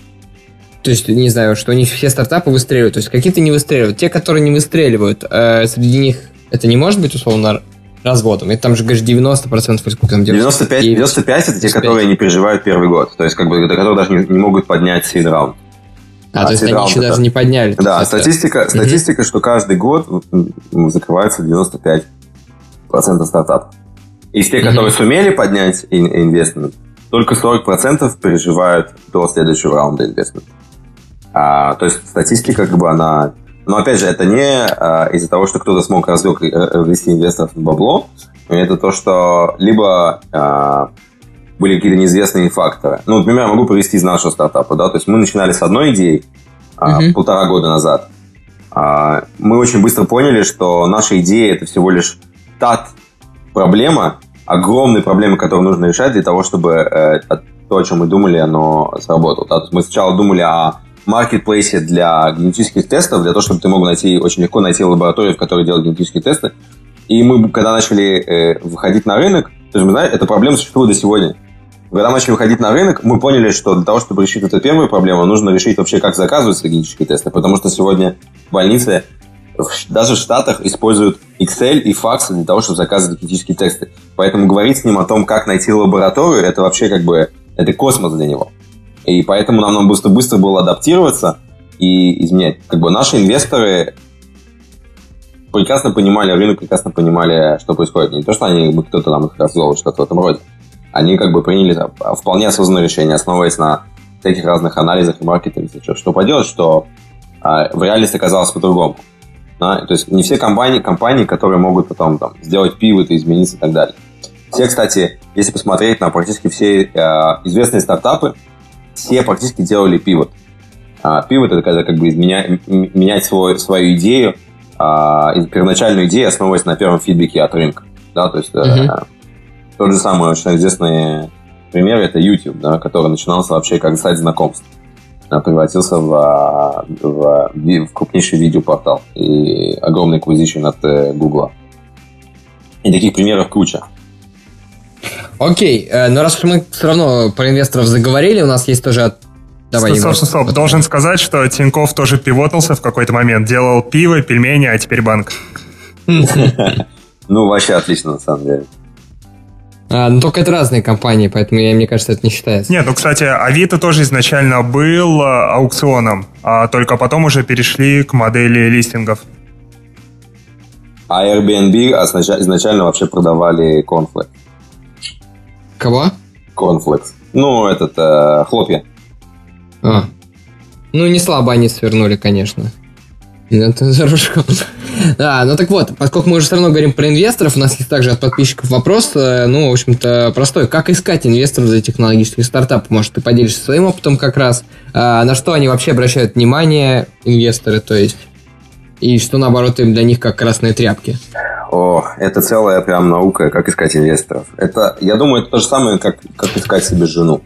То есть, не знаю, что у них все стартапы выстреливают. То есть, какие-то не выстреливают. Те, которые не выстреливают, э, среди них это не может быть, условно, разводом. И там же, говоришь, девяносто процентов или сколько там девяносто пять процентов девяносто пять процентов это те, которые не переживают первый год. То есть, как бы, которые даже не, не могут поднять seed раунд. А, а то есть они еще это... даже не подняли. Да, статистика, это... статистика, что каждый год закрывается девяносто пять процентов стартапов. Из тех, которые mm-hmm. сумели поднять инвестмент, только сорок процентов переживают до следующего раунда инвестмента. А, то есть статистика, как бы, она... Но, опять же, это не а, из-за того, что кто-то смог развлек, развести инвесторов на бабло, это то, что либо а, были какие-то неизвестные факторы. Ну, например, я могу привести из нашего стартапа, да, то есть мы начинали с одной идеи а, uh-huh. полтора года назад. А, мы очень быстро поняли, что наша идея — это всего лишь та проблема, огромные проблемы, которые нужно решать для того, чтобы э, то, о чем мы думали, оно сработало. Да? То есть мы сначала думали о маркетплейсе для генетических тестов, для того, чтобы ты мог найти, очень легко найти лабораторию, в которой делают генетические тесты. И мы, когда начали э, выходить на рынок, то есть, мы знаем, эта проблема существует до сегодня. Когда мы начали выходить на рынок, мы поняли, что для того, чтобы решить эту первую проблему, нужно решить вообще, как заказываются генетические тесты, потому что сегодня больницы даже в Штатах используют Excel и факсы для того, чтобы заказывать генетические тесты. Поэтому говорить с ним о том, как найти лабораторию, это вообще как бы это космос для него. И поэтому нам надо быстро, быстро было адаптироваться и изменять. Как бы наши инвесторы прекрасно понимали рынок, прекрасно понимали, что происходит. Не то, что они, кто-то нам их развел, что-то в этом роде. Они как бы приняли вполне осознанное решение, основываясь на всяких разных анализах и маркетинге. Что поделать, что а, в реальности оказалось по-другому. Да? То есть не все компании, компании, которые могут потом там, сделать пивот и измениться и так далее. Все, кстати, если посмотреть на практически все э, известные стартапы, все практически делали пивот. А, пивот — это когда как бы изменя, менять свой, свою идею, а, первоначальную идею, основываясь на первом фидбэке от рынка. Да? То есть mm-hmm. э, тот же самый очень известный пример — это YouTube, да, который начинался вообще как сайт знакомств. Превратился в, в, в крупнейший видеопортал и огромный acquisition от Google. И таких примеров куча. Окей, но раз мы все равно про инвесторов заговорили, у нас есть тоже Давай, стоп, стоп, стоп. Должен сказать, что Тинькофф тоже пивотнулся в какой-то момент. Делал пиво, пельмени, а теперь банк. Ну, вообще отлично, на самом деле. А, ну, только это разные компании, поэтому, я, мне кажется, это не считается. Нет, ну, кстати, Авито тоже изначально был аукционом, а только потом уже перешли к модели листингов. А Airbnb изначально вообще продавали Cornflakes. Кого? Cornflakes. Ну, этот, э, хлопья. А. Ну, не слабо они свернули, конечно. Это зарушку. Да, ну так вот, поскольку мы уже все равно говорим про инвесторов, у нас есть также от подписчиков вопрос, ну, в общем-то, простой. Как искать инвесторов за технологических стартапов? Может, ты поделишься своим опытом как раз? А, на что они вообще обращают внимание, инвесторы, то есть? И что, наоборот, им для них как красные тряпки? О, это целая прям наука, как искать инвесторов. Это, я думаю, это то же самое, как, как искать себе жену.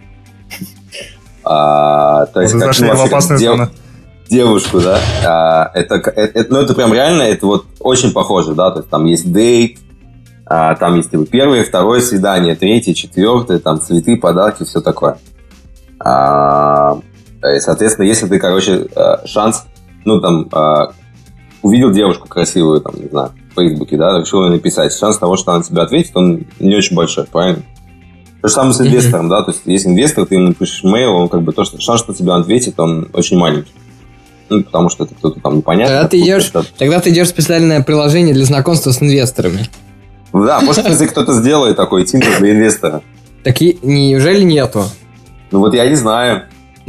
А, то есть, вот как, ну, вообще, как дев, девушку, да. А, это, это, ну, это прям реально, это вот очень похоже, да. То есть там есть дейт, а, там есть типа, первое, второе свидание, третье, четвертое, там цветы, подарки, все такое. А, и, соответственно, если ты, короче, шанс, ну там, а, увидел девушку красивую, там, не знаю, в Фейсбуке, да, решил ей написать, шанс того, что она тебе ответит, он не очень большой, правильно? То же самое с инвестором, mm-hmm. да, то есть есть инвестор, ты ему пишешь мейл, он как бы то, что шанс, что тебе ответит, он очень маленький. Ну, потому что это кто-то там непонятно. Тогда ты идешь, это... тогда ты идешь в специальное приложение для знакомства с инвесторами. Да, может, если кто-то сделает такой Tinder для инвестора. Так и неужели нету? Ну вот я не знаю.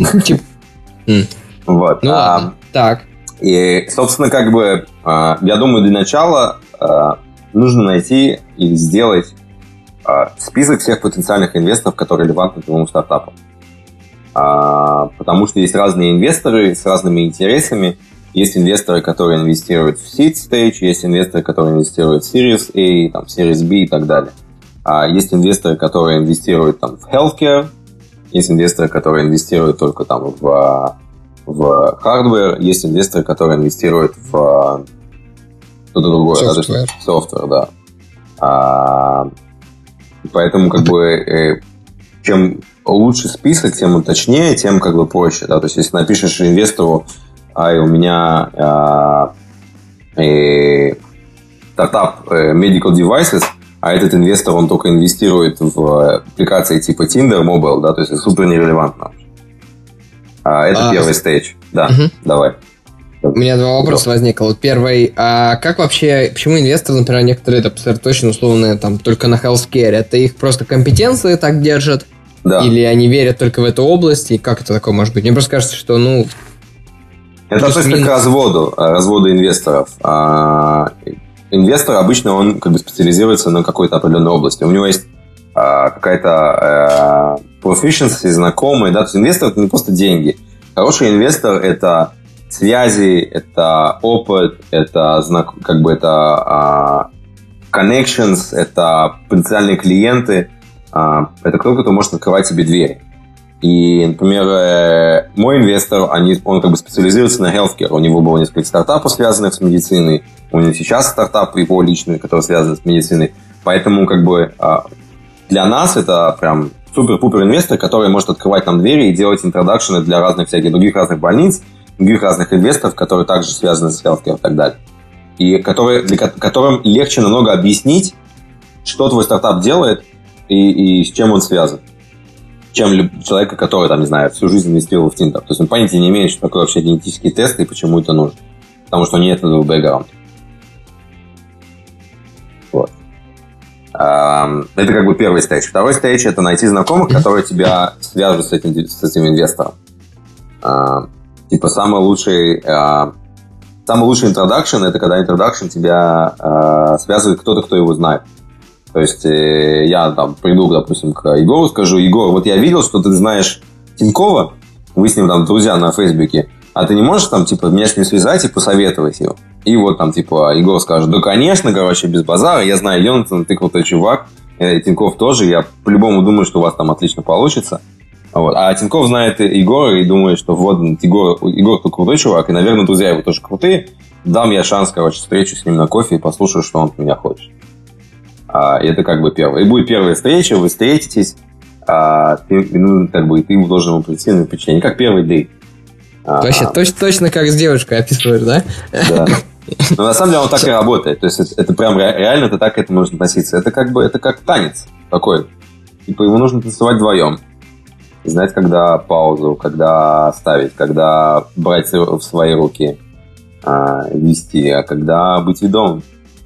Вот. Ну ладно, так. И, собственно, как бы, я думаю, для начала нужно найти или сделать список всех потенциальных инвесторов, которые релевантны твоему стартапу. А, потому что есть разные инвесторы с разными интересами. Есть инвесторы, которые инвестируют в seed stage, есть инвесторы, которые инвестируют в Series A, там, Series B и так далее. А есть инвесторы, которые инвестируют там, в healthcare, есть инвесторы, которые инвестируют только там, в, в hardware, есть инвесторы, которые инвестируют в что-то другое. Software. Да, software, да. А, поэтому как бы чем лучше список, тем уточнее, тем как бы проще, да, то есть если напишешь инвестору, ай, у меня а, э, стартап э, medical devices, а этот инвестор, он только инвестирует в аппликации типа Tinder, Mobile, да, то есть это супер нерелевантно. А, это а, первый стейдж, да, угу. Давай. У меня два вопроса возникло. Вот первый, а как вообще, почему инвесторы, например, некоторые это сосредоточены условно там только на healthcare? Это их просто компетенции так держат? Да. Или они верят только в эту область? И как это такое может быть? Мне просто кажется, что, ну... Это относится к разводу, разводу инвесторов. А, инвестор обычно, он как бы специализируется на какой-то определенной области. У него есть а, какая-то а, proficiency, знакомые, да, то есть инвестор – это не просто деньги. Хороший инвестор – это связи, это опыт, это знак, как бы это а, connections, это потенциальные клиенты, а, это кто-то, кто может открывать себе двери. И, например, мой инвестор, они, он как бы специализируется на healthcare. У него было несколько стартапов, связанных с медициной. У него сейчас стартап его личный, который связан с медициной. Поэтому как бы для нас это прям супер-пупер инвестор, который может открывать нам двери и делать интродакшены для разных всяких других разных больниц, других разных инвесторов, которые также связаны с healthcare и так далее. И которые, для которым легче намного объяснить, что твой стартап делает и, и с чем он связан, чем человека, который, там, не знаю, всю жизнь инвестировал в Tinder. То есть он понятия не имеет, что такое вообще генетический тест и почему это нужно. Потому что нет этого бэкграунда. Вот. Это как бы первый стейдж. Второй стейдж – это найти знакомых, которые тебя свяжут с этим, с этим инвестором. Типа самый лучший... Самый лучший интродакшн – это когда интродакшн тебя связывает кто-то, кто его знает. То есть э, я там приду, допустим, к Егору, скажу: Егор, вот я видел, что ты знаешь Тинькова, вы с ним там друзья на Фейсбуке, а ты не можешь там, типа, меня с ним связать и посоветовать его? И вот там, типа, Егор скажет: да, конечно, короче, без базара, я знаю Йонатана, ты крутой чувак, э, Тиньков тоже, я по-любому думаю, что у вас там отлично получится. Вот. А Тиньков знает Егора и думает, что вот Егор, Егор крутой чувак, и, наверное, друзья его тоже крутые, дам я шанс, короче, встречу с ним на кофе и послушаю, что он от меня хочет. И это как бы первое. И будет первая встреча, вы встретитесь, а, ты, ну, как бы, ты должен ему прийти на подчинение, как первый дей. Вообще, а, точно, точно как с девушкой описываешь, да? Да. Но на самом деле он так и работает. То есть это, это прям реально это так к этому нужно относиться. Это как бы это как танец такой. Типа ему нужно танцевать вдвоем. И знать, когда паузу, когда ставить, когда брать в свои руки, а, вести, а когда быть ведомым.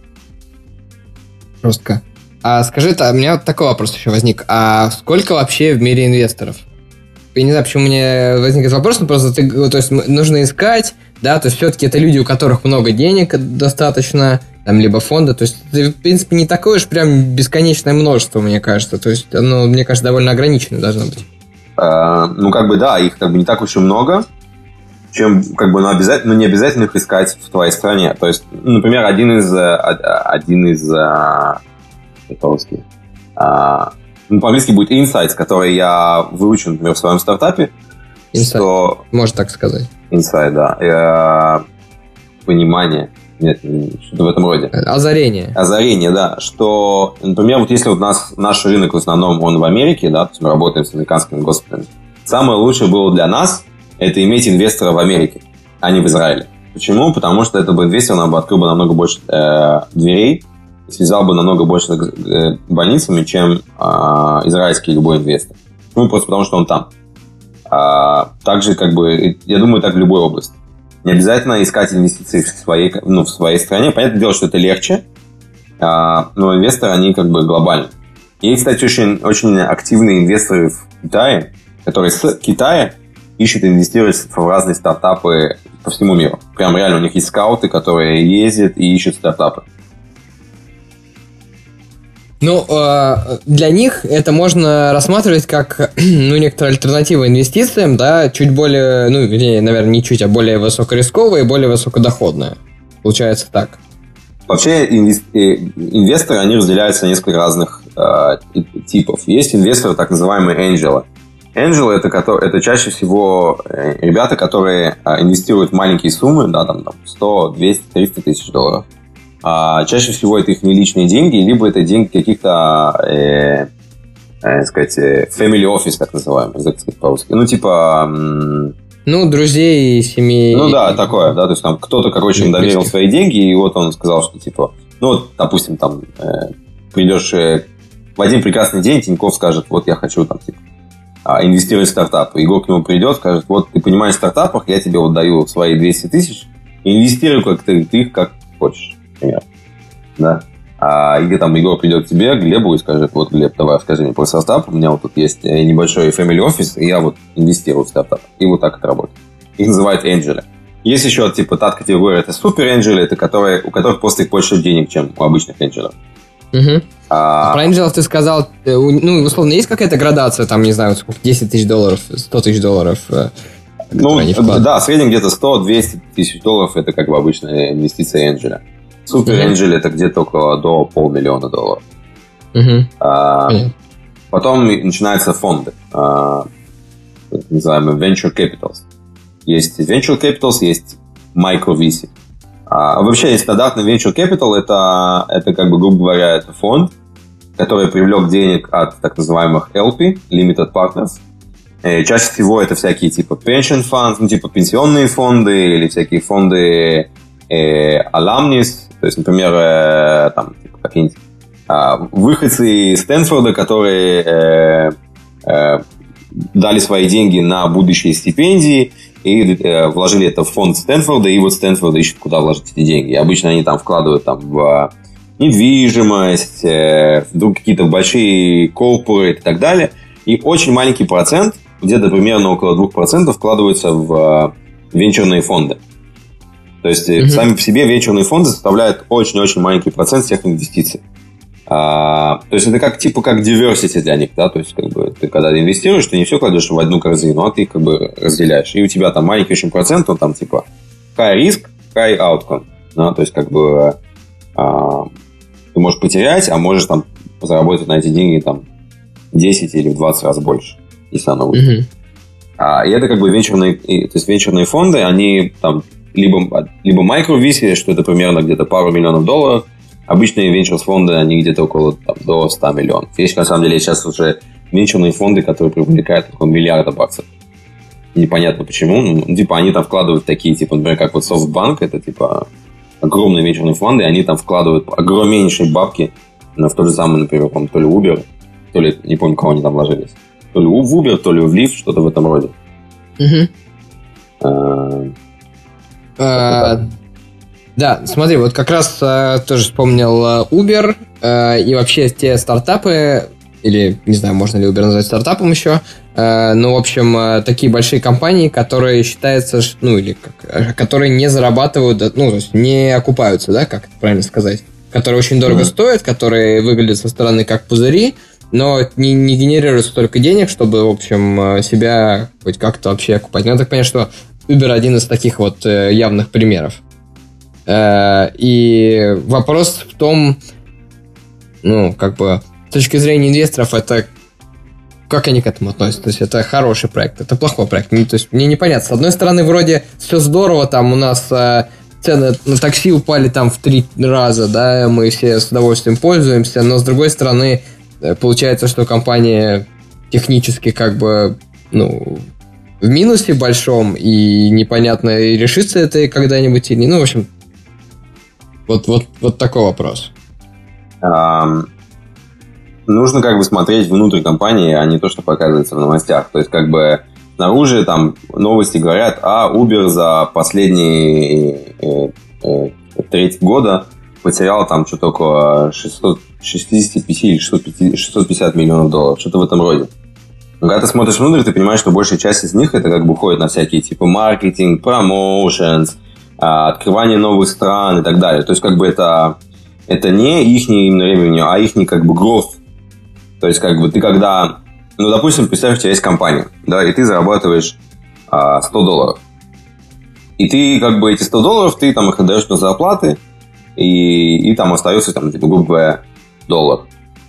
Жестко. А скажи, у меня вот такой вопрос еще возник. А сколько вообще в мире инвесторов? Я не знаю, почему у меня возник этот вопрос, но просто ты, то есть нужно искать, да, то есть все-таки это люди, у которых много денег достаточно, там, либо фонда, то есть это, в принципе, не такое уж прям бесконечное множество, мне кажется, то есть оно, мне кажется, довольно ограниченное должно быть. А, ну, как бы, да, их как бы не так уж и много, чем, как бы, ну, обязательно, ну, не обязательно их искать в твоей стране, то есть, например, один из, один из, это русский, ну, по-английски будет insights, который я выучил, например, в своем стартапе. Insight, что... можно так сказать. Insight, да. Э, понимание. Нет, что-то в этом роде. Озарение. Озарение, да. Что, например, вот если вот нас, наш рынок в основном он в Америке, да, то есть мы работаем с американскими госпиталями, самое лучшее было для нас это иметь инвестора в Америке, а не в Израиле. Почему? Потому что это бы инвестор нам бы открыл бы намного больше э, дверей, связал бы намного больше с больницами, чем э, израильский любой инвестор. Ну, просто потому, что он там. А, также, как бы, я думаю, так в любой области. Не обязательно искать инвестиции в своей, ну, в своей стране. Понятное дело, что это легче, а, но инвесторы, они как бы глобальны. И, кстати, очень, очень активные инвесторы в Китае, которые с Китая ищут инвестировать в разные стартапы по всему миру. Прям реально у них есть скауты, которые ездят и ищут стартапы. Ну, для них это можно рассматривать как, ну, некоторая альтернатива инвестициям, да, чуть более, ну, вернее, наверное, не чуть, а более высокорисковая и более высокодоходная. Получается так. Вообще инвесторы, они разделяются на несколько разных э, типов. Есть инвесторы, так называемые angel. Angel это, это чаще всего ребята, которые инвестируют в маленькие суммы, да, там, сто, двести, триста тысяч долларов. А чаще всего это их не личные деньги, либо это деньги каких-то, э, э, сказать, family office, так называемый, так сказать, по-русски. Ну, типа... М- ну, друзей, семей. Ну, да, такое, да, то есть там кто-то, короче, им доверил свои деньги, и вот он сказал, что, типа, ну, вот, допустим, там, э, придешь э, в один прекрасный день, Тинькофф скажет, вот я хочу, там, типа, инвестировать в стартап. Егор к нему придет, скажет, вот ты понимаешь в стартапах, я тебе вот даю свои двести тысяч, инвестируй как ты, ты их как хочешь. Например. Да. А или там Егор придет к тебе, Глебу, и скажет, вот, Глеб, давай расскажи мне про стартап, у меня вот тут есть небольшой family office, и я вот инвестирую в стартап. И вот так это работает. Их называют энджели. Есть еще, типа, та категория, это супер энджели, это которые, у которых просто их больше денег, чем у обычных энджелов. Угу. А... Про энджелов ты сказал, ну, условно, есть какая-то градация, там, не знаю, сколько, десять тысяч долларов, сто тысяч долларов? Ну, да, в среднем где-то сто-двести тысяч долларов, это как бы обычная инвестиция энджеля. Супер Angel mm-hmm. это где-то около до полмиллиона долларов. Mm-hmm. А, mm-hmm. Потом начинаются фонды, а, так называемые venture capitals. Есть venture capitals, есть micro ви си. А, вообще, есть стандартный venture capital, это, это как бы, грубо говоря, это фонд, который привлек денег от так называемых эл пи, limited partners. И чаще всего это всякие типа pension funds, ну типа пенсионные фонды или всякие фонды э, alumnis. То есть, например, э, там, типа, какие-нибудь э, выходцы из Стэнфорда, которые э, э, дали свои деньги на будущие стипендии и э, вложили это в фонд Стэнфорда, и вот Стэнфорд ищет, куда вложить эти деньги. И обычно они там вкладывают там, в недвижимость, э, в какие-то большие корпораты и так далее. И очень маленький процент, где-то примерно около двух процентов, вкладываются в э, венчурные фонды. То есть, mm-hmm. сами по себе венчурные фонды составляют очень-очень маленький процент всех инвестиций. А, то есть, это как, типа, как diversity для них, да, то есть, как бы, ты когда инвестируешь, ты не все кладешь в одну корзину, а ты их, как бы, разделяешь. И у тебя там маленький очень процент, он там, типа, high risk, high outcome, да, то есть, как бы, а, ты можешь потерять, а можешь, там, заработать на эти деньги, там, десять или в двадцать раз больше, если оно будет. Mm-hmm. А, и это, как бы, венчурные, то есть, венчурные фонды, они, там, либо, либо micro ви си, что это примерно где-то пару миллионов долларов. Обычные венчурс-фонды, они где-то около там, до ста миллионов. Есть, на самом деле, сейчас уже венчурные фонды, которые привлекают около миллиарда баксов. Непонятно почему. Ну, типа, они там вкладывают такие, типа, например, как вот SoftBank, это, типа, огромные венчурные фонды, и они там вкладывают огромнейшие бабки в тот же самый, например, то ли Uber, то ли, не помню, кого они там вложились. То ли в Uber, то ли в Lyft, что-то в этом роде. Да, смотри, вот как раз тоже вспомнил Uber и вообще те стартапы, или, не знаю, можно ли Uber назвать стартапом еще, ну, в общем, такие большие компании, которые считаются, ну, или как, которые не зарабатывают, ну, то есть не окупаются, да, как это правильно сказать, которые очень дорого mm-hmm. стоят, которые выглядят со стороны как пузыри, но не, не генерируют столько денег, чтобы, в общем, себя хоть как-то вообще окупать. Ну, я так понимаю, что Uber один из таких вот явных примеров. И вопрос в том, ну, как бы, с точки зрения инвесторов, это как они к этому относятся? То есть это хороший проект, это плохой проект. То есть мне непонятно. С одной стороны, вроде все здорово, там у нас э, цены на такси упали там в три раза, да, мы все с удовольствием пользуемся, но с другой стороны, э, получается, что компания технически как бы, ну, в минусе большом, и непонятно, решится это когда-нибудь или не. Ну, в общем, вот, вот, вот такой вопрос. Um... Нужно как бы смотреть внутрь компании, а не то, что показывается в новостях. То есть как бы снаружи там новости говорят, а Uber за последние э, э, треть года потерял там что-то около шестьсот шестьдесят пять или шестьсот пятьдесят миллионов долларов, что-то в этом роде. Но когда ты смотришь внутрь, ты понимаешь, что большая часть из них это как бы уходит на всякие типа маркетинг, промоушенс, открывание новых стран и так далее. То есть как бы это, это не их именно ревеню, а их как бы growth. То есть, как бы, ты когда... Ну, допустим, представь, у тебя есть компания, да, и ты зарабатываешь а, сто долларов. И ты, как бы, эти сто долларов, ты там их отдаешь на зарплаты, и, и там остается, там, типа, грубо говоря, доллар.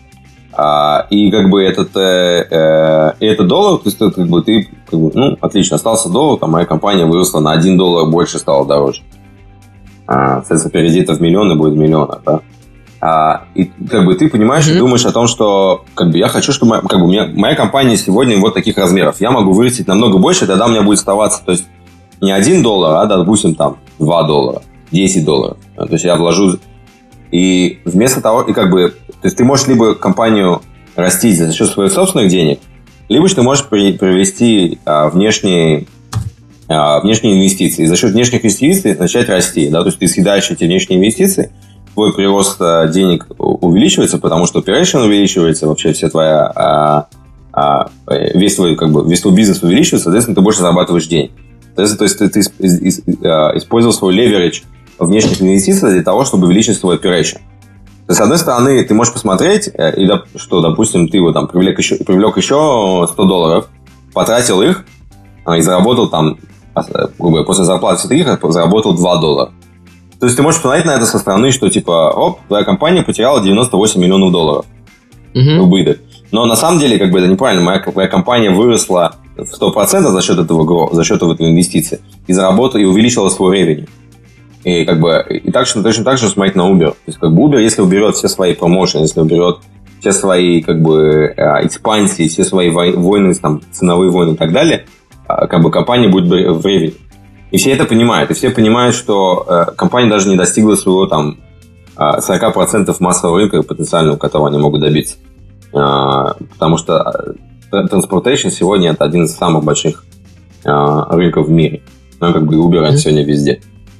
А, и, как бы, этот, э, э, этот доллар, то есть, как бы, ты, как бы, ну, отлично, остался доллар, там, моя компания выросла на один доллар больше, стала дороже. А, соответственно, перейди это в миллионы, будет миллиона, да. А, и как бы ты понимаешь mm-hmm. и думаешь о том, что как бы я хочу, чтобы как бы, у меня, моя компания сегодня вот таких размеров. Я могу вырастить намного больше, тогда у меня будет оставаться, то есть не один доллар, а, допустим, там два доллара, десять долларов. То есть я вложу. И вместо того, и как бы, то есть ты можешь либо компанию растить за счет своих собственных денег, либо же ты можешь при, привести а, внешние, а, внешние инвестиции. И за счет внешних инвестиций начать расти. Да? То есть ты съедаешь эти внешние инвестиции, твой прирост денег увеличивается, потому что operation увеличивается, вообще вся твоя а, а, весь твой как бы весь твой бизнес увеличивается, соответственно, ты больше зарабатываешь денег. То есть, то есть ты, ты использовал свой леверидж внешних инвестиций для того, чтобы увеличить свой operation. То есть, с одной стороны, ты можешь посмотреть, и, что, допустим, ты его там привлек еще, привлек еще сто долларов, потратил их и заработал там, грубо говоря, после зарплаты всех их заработал два доллара. То есть ты можешь посмотреть на это со стороны, что типа, оп, твоя компания потеряла девяносто восемь миллионов долларов uh-huh. убыток. Но на самом деле, как бы это неправильно. Моя, моя компания выросла в сто процентов за счет этого, за счет этого инвестиции и заработала, и увеличила свой ревеню. И как бы и так, точно так же смотреть на Uber. То есть как бы Uber, если уберет все свои промоушены, если уберет все свои как бы экспансии, все свои войны, там, ценовые войны и так далее, как бы компания будет в ревеню. И все это понимают. И все понимают, что э, компания даже не достигла своего там сорок процентов массового рынка потенциального, которого они могут добиться. Э, потому что transportation сегодня это один из самых больших э, рынков в мире. Ну, как бы Uber mm-hmm. сегодня везде.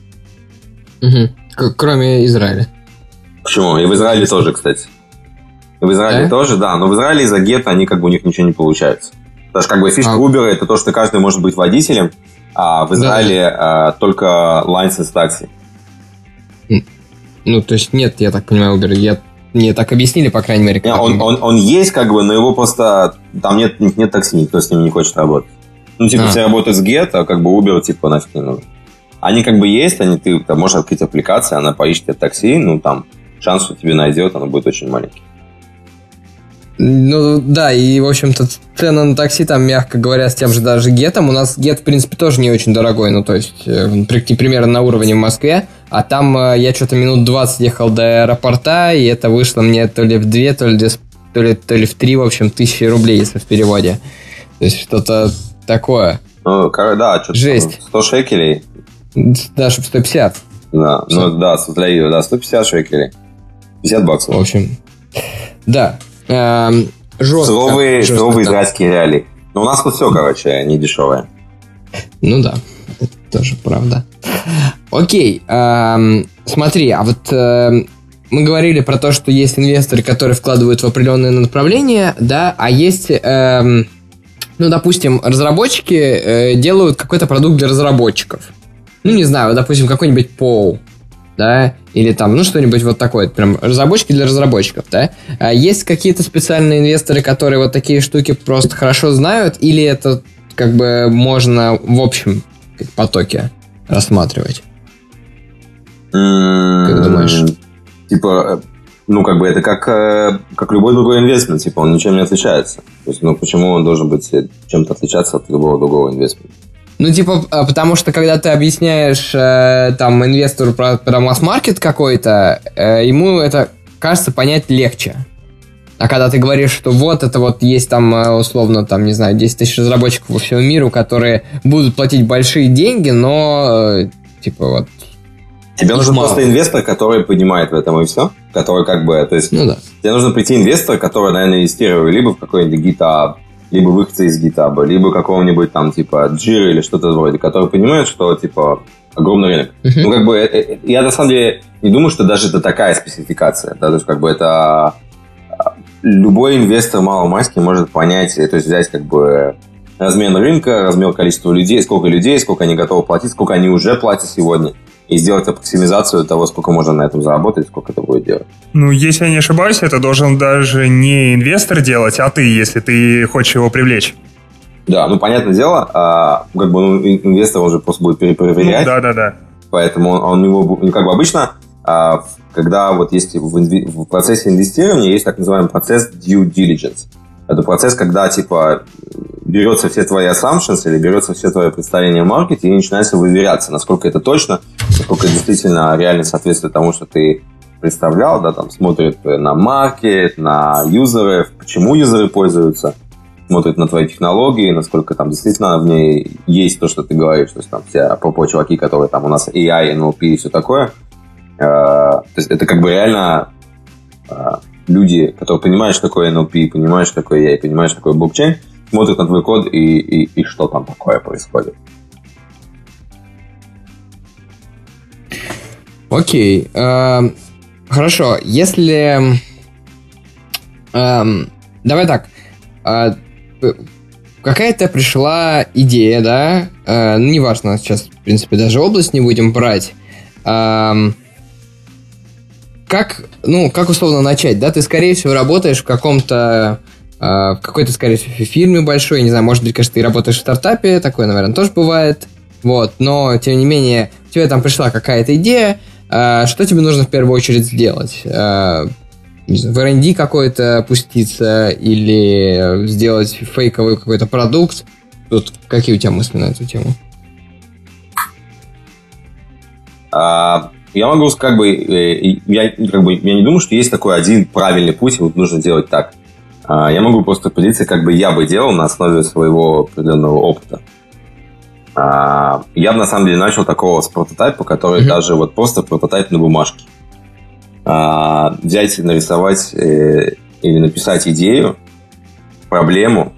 Mm-hmm. Кроме Израиля. Почему? И в Израиле тоже, кстати. И в Израиле а? тоже, да. Но в Израиле из-за гетто они как бы у них ничего не получается. Потому что как бы фишка а. Uber это то, что каждый может быть водителем. А в Израиле да. а, только license такси. Ну, то есть нет, я так понимаю, Uber. Я... Мне так объяснили, по крайней мере. Нет, он, он, он есть, как бы, но его просто... Там нет, нет такси, никто с ним не хочет работать. Ну, типа, а. все работают с Get, а как бы Uber, типа, нафиг не нужен. Они как бы есть, они, ты там, можешь открыть аппликацию, она поищет тебе такси, ну, там, шанс, что тебе найдет, оно будет очень маленький. Ну, да, и, в общем-то, цена на такси там, мягко говоря, с тем же даже Гетом. У нас Гет, в принципе, тоже не очень дорогой, ну, то есть, примерно на уровне в Москве. А там я что-то минут двадцать ехал до аэропорта, и это вышло мне то ли в две, то ли то ли, то ли в три, в общем, тысячи рублей, если в переводе. То есть что-то такое. Ну, да, что-то жесть. сто шекелей. Да, чтобы сто пятьдесят. Да, ну да, для ее, да, сто пятьдесят шекелей. пятьдесят баксов. В общем, да. Эм, жестко. Суровые, суровые израильские реалии. Но у нас тут все, короче, не дешевое. Ну да, это тоже правда. Окей, эм, смотри, а вот э, мы говорили про то, что есть инвесторы, которые вкладывают в определенные направления, да, а есть, эм, ну, допустим, разработчики э, делают какой-то продукт для разработчиков. Ну, не знаю, допустим, какой-нибудь пол, да, или там, ну, что-нибудь вот такое, прям разработчики для разработчиков, да. А есть какие-то специальные инвесторы, которые вот такие штуки просто хорошо знают, или это как бы можно в общем потоке рассматривать? Mm-hmm. Как думаешь? Типа, ну, как бы это как, как любой другой инвестмент, типа, он ничем не отличается. То есть, ну, почему он должен быть чем-то отличаться от любого другого инвестмента? Ну, типа, потому что, когда ты объясняешь э, там инвестору про, про масс-маркет какой-то, э, ему это кажется понять легче. А когда ты говоришь, что вот это вот есть там, условно, там, не знаю, десять тысяч разработчиков по всему миру, которые будут платить большие деньги, но, э, типа, вот... Тебе нужен мало. Просто инвестор, который понимает в этом и все. Который как бы, то есть... Ну да. Тебе нужно прийти инвестор, который, наверное, инвестировал либо в какой-нибудь GitHub, либо выходцы из GitHub, либо какого-нибудь там, типа, Jira или что-то вроде, который понимает, что, типа, огромный рынок. Uh-huh. Ну, как бы, я на самом деле не думаю, что даже это такая спецификация, да, то есть, как бы, это любой инвестор маломальский может понять, то есть, взять, как бы, размер рынка, размер количества людей, сколько людей, сколько они готовы платить, сколько они уже платят сегодня, и сделать аппроксимизацию того, сколько можно на этом заработать, сколько это будет делать. Ну, если я не ошибаюсь, это должен даже не инвестор делать, а ты, если ты хочешь его привлечь. Да, ну, понятное дело, а, как бы ну, инвестор уже просто будет перепроверять. Ну, да, да, да. Поэтому он, он его, как бы обычно, а, когда вот есть в, инви- в процессе инвестирования есть так называемый процесс due diligence. Это процесс, когда, типа, берется все твои assumptions или берется все твои представления о маркете и начинается выверяться, насколько это точно, насколько это действительно реально соответствует тому, что ты представлял, да, там, смотрит на маркет, на юзеров, почему юзеры пользуются, смотрит на твои технологии, насколько там действительно в ней есть то, что ты говоришь, то есть там все попо чуваки, которые там у нас эй ай, эн эл пи и все такое. То есть это как бы реально люди, которые понимают, что такое эн эл пи, понимают, что такое эй ай, понимают, что такое блокчейн, смотрят на твой код и, и, и что там такое происходит. Окей. Э, хорошо. Если... Э, давай так. Э, какая-то пришла идея, да? Э, ну, неважно, сейчас, в принципе, даже область не будем брать. Э, как, ну, как условно начать, да? Ты, скорее всего, работаешь в каком-то... в какой-то, скорее всего, фирме большой, не знаю, может быть, конечно, ты работаешь в стартапе, такое, наверное, тоже бывает, вот, но, тем не менее, у тебя там пришла какая-то идея, что тебе нужно в первую очередь сделать? Не знаю, в эр энд ди какой-то пуститься или сделать фейковый какой-то продукт? Тут какие у тебя мысли на эту тему? А, я могу сказать, как бы, я, как бы, я не думаю, что есть такой один правильный путь, и вот нужно делать так. Я могу просто поделиться, как бы я бы делал на основе своего определенного опыта. Я бы, на самом деле, начал такого с прототипа, который mm-hmm. даже вот просто прототип на бумажке. Взять, нарисовать или написать идею, проблему,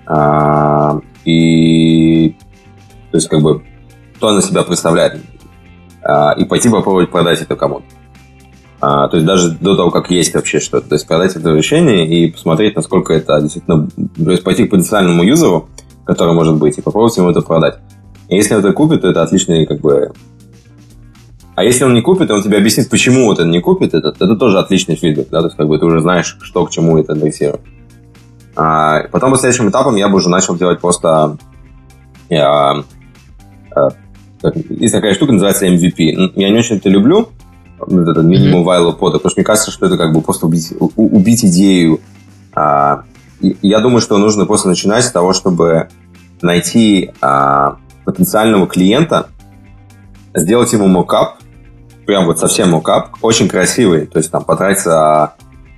и, то есть, как бы, что она себя представляет, и пойти попробовать продать это кому-то. А, то есть даже до того, как есть вообще что-то. То есть продать это решение и посмотреть, насколько это действительно... То есть пойти к потенциальному юзеру, который может быть, и попробовать ему это продать. И если он это купит, то это отличный как бы... А если он не купит, и он тебе объяснит, почему вот он не купит, это, это тоже отличный фидбэк. Да? То есть как бы ты уже знаешь, что к чему это адресирует. А, потом по следующим этапам я бы уже начал делать просто... Я, а, так, есть такая штука, называется эм ви пи. Я не очень это люблю, этот минимум viable product, потому что мне кажется, что это как бы просто убить, у, убить идею. А, и, я думаю, что нужно просто начинать с того, чтобы найти а, потенциального клиента, сделать ему мокап, прям вот совсем мокап, очень красивый, то есть там потратиться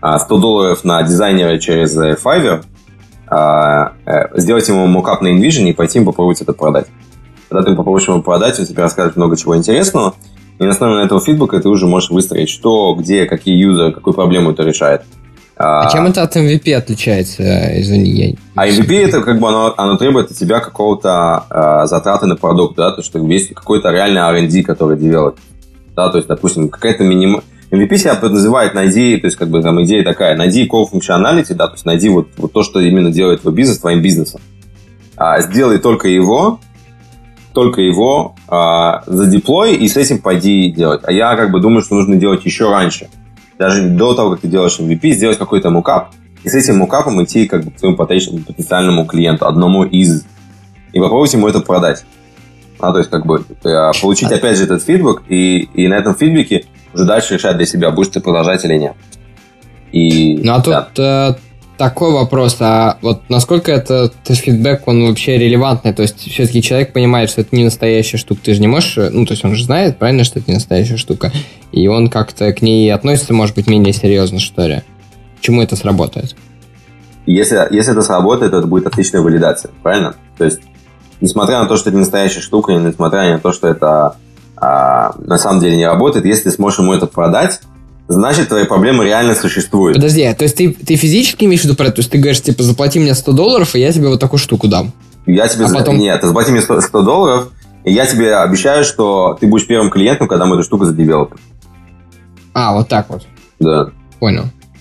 сто долларов на дизайнера через Fiverr, сделать ему мокап на InVision и пойти ему попробовать это продать. Когда ты попробуешь ему продать, он тебе расскажет много чего интересного, и на основе этого фидбэка ты уже можешь выстроить, что, где, какие юзеры, какую проблему это решает. А, а чем это от эм ви пи отличается? Извини, я... А эм ви пи это как бы оно, оно требует от тебя какого-то э, затраты на продукт, да, то есть есть какой-то реальный ар энд ди, который делает, да, то есть, допустим, какая-то минимум... эм ви пи себя называет найди, то есть как бы там идея такая, найди core functionality, да, то есть найди вот, вот то, что именно делает твой бизнес твоим бизнесом. А, сделай только его, только его а, задеплой и с этим пойди делать. А я как бы думаю, что нужно делать еще раньше. Даже до того, как ты делаешь эм ви пи, сделать какой-то мукап, и с этим мукапом идти как бы к своему потенциальному клиенту, одному из, и попробовать ему это продать. А, то есть как бы получить опять же этот фидбэк, и, и на этом фидбэке уже дальше решать для себя, будешь ты продолжать или нет. И, ну а да. тут э, такой вопрос, а вот насколько этот фидбэк, он вообще релевантный, то есть все-таки человек понимает, что это не настоящая штука, ты же не можешь, ну то есть он же знает, правильно, что это не настоящая штука, и он как-то к ней относится, может быть, менее серьезно, что ли. Чему это сработает? Если, если это сработает, то это будет отличная валидация, правильно? То есть, несмотря на то, что это не настоящая штука, и несмотря на то, что это а, на самом деле не работает, если ты сможешь ему это продать, значит, твои проблемы реально существуют. Подожди, то есть ты, ты физически имеешь в виду про это? То есть ты говоришь, типа, заплати мне сто долларов, и я тебе вот такую штуку дам? Я тебе... А за... потом... Нет, ты заплати мне сто, сто долларов, и я тебе обещаю, что ты будешь первым клиентом, когда мы эту штуку задевелопим. А, вот так вот. Да. Понял.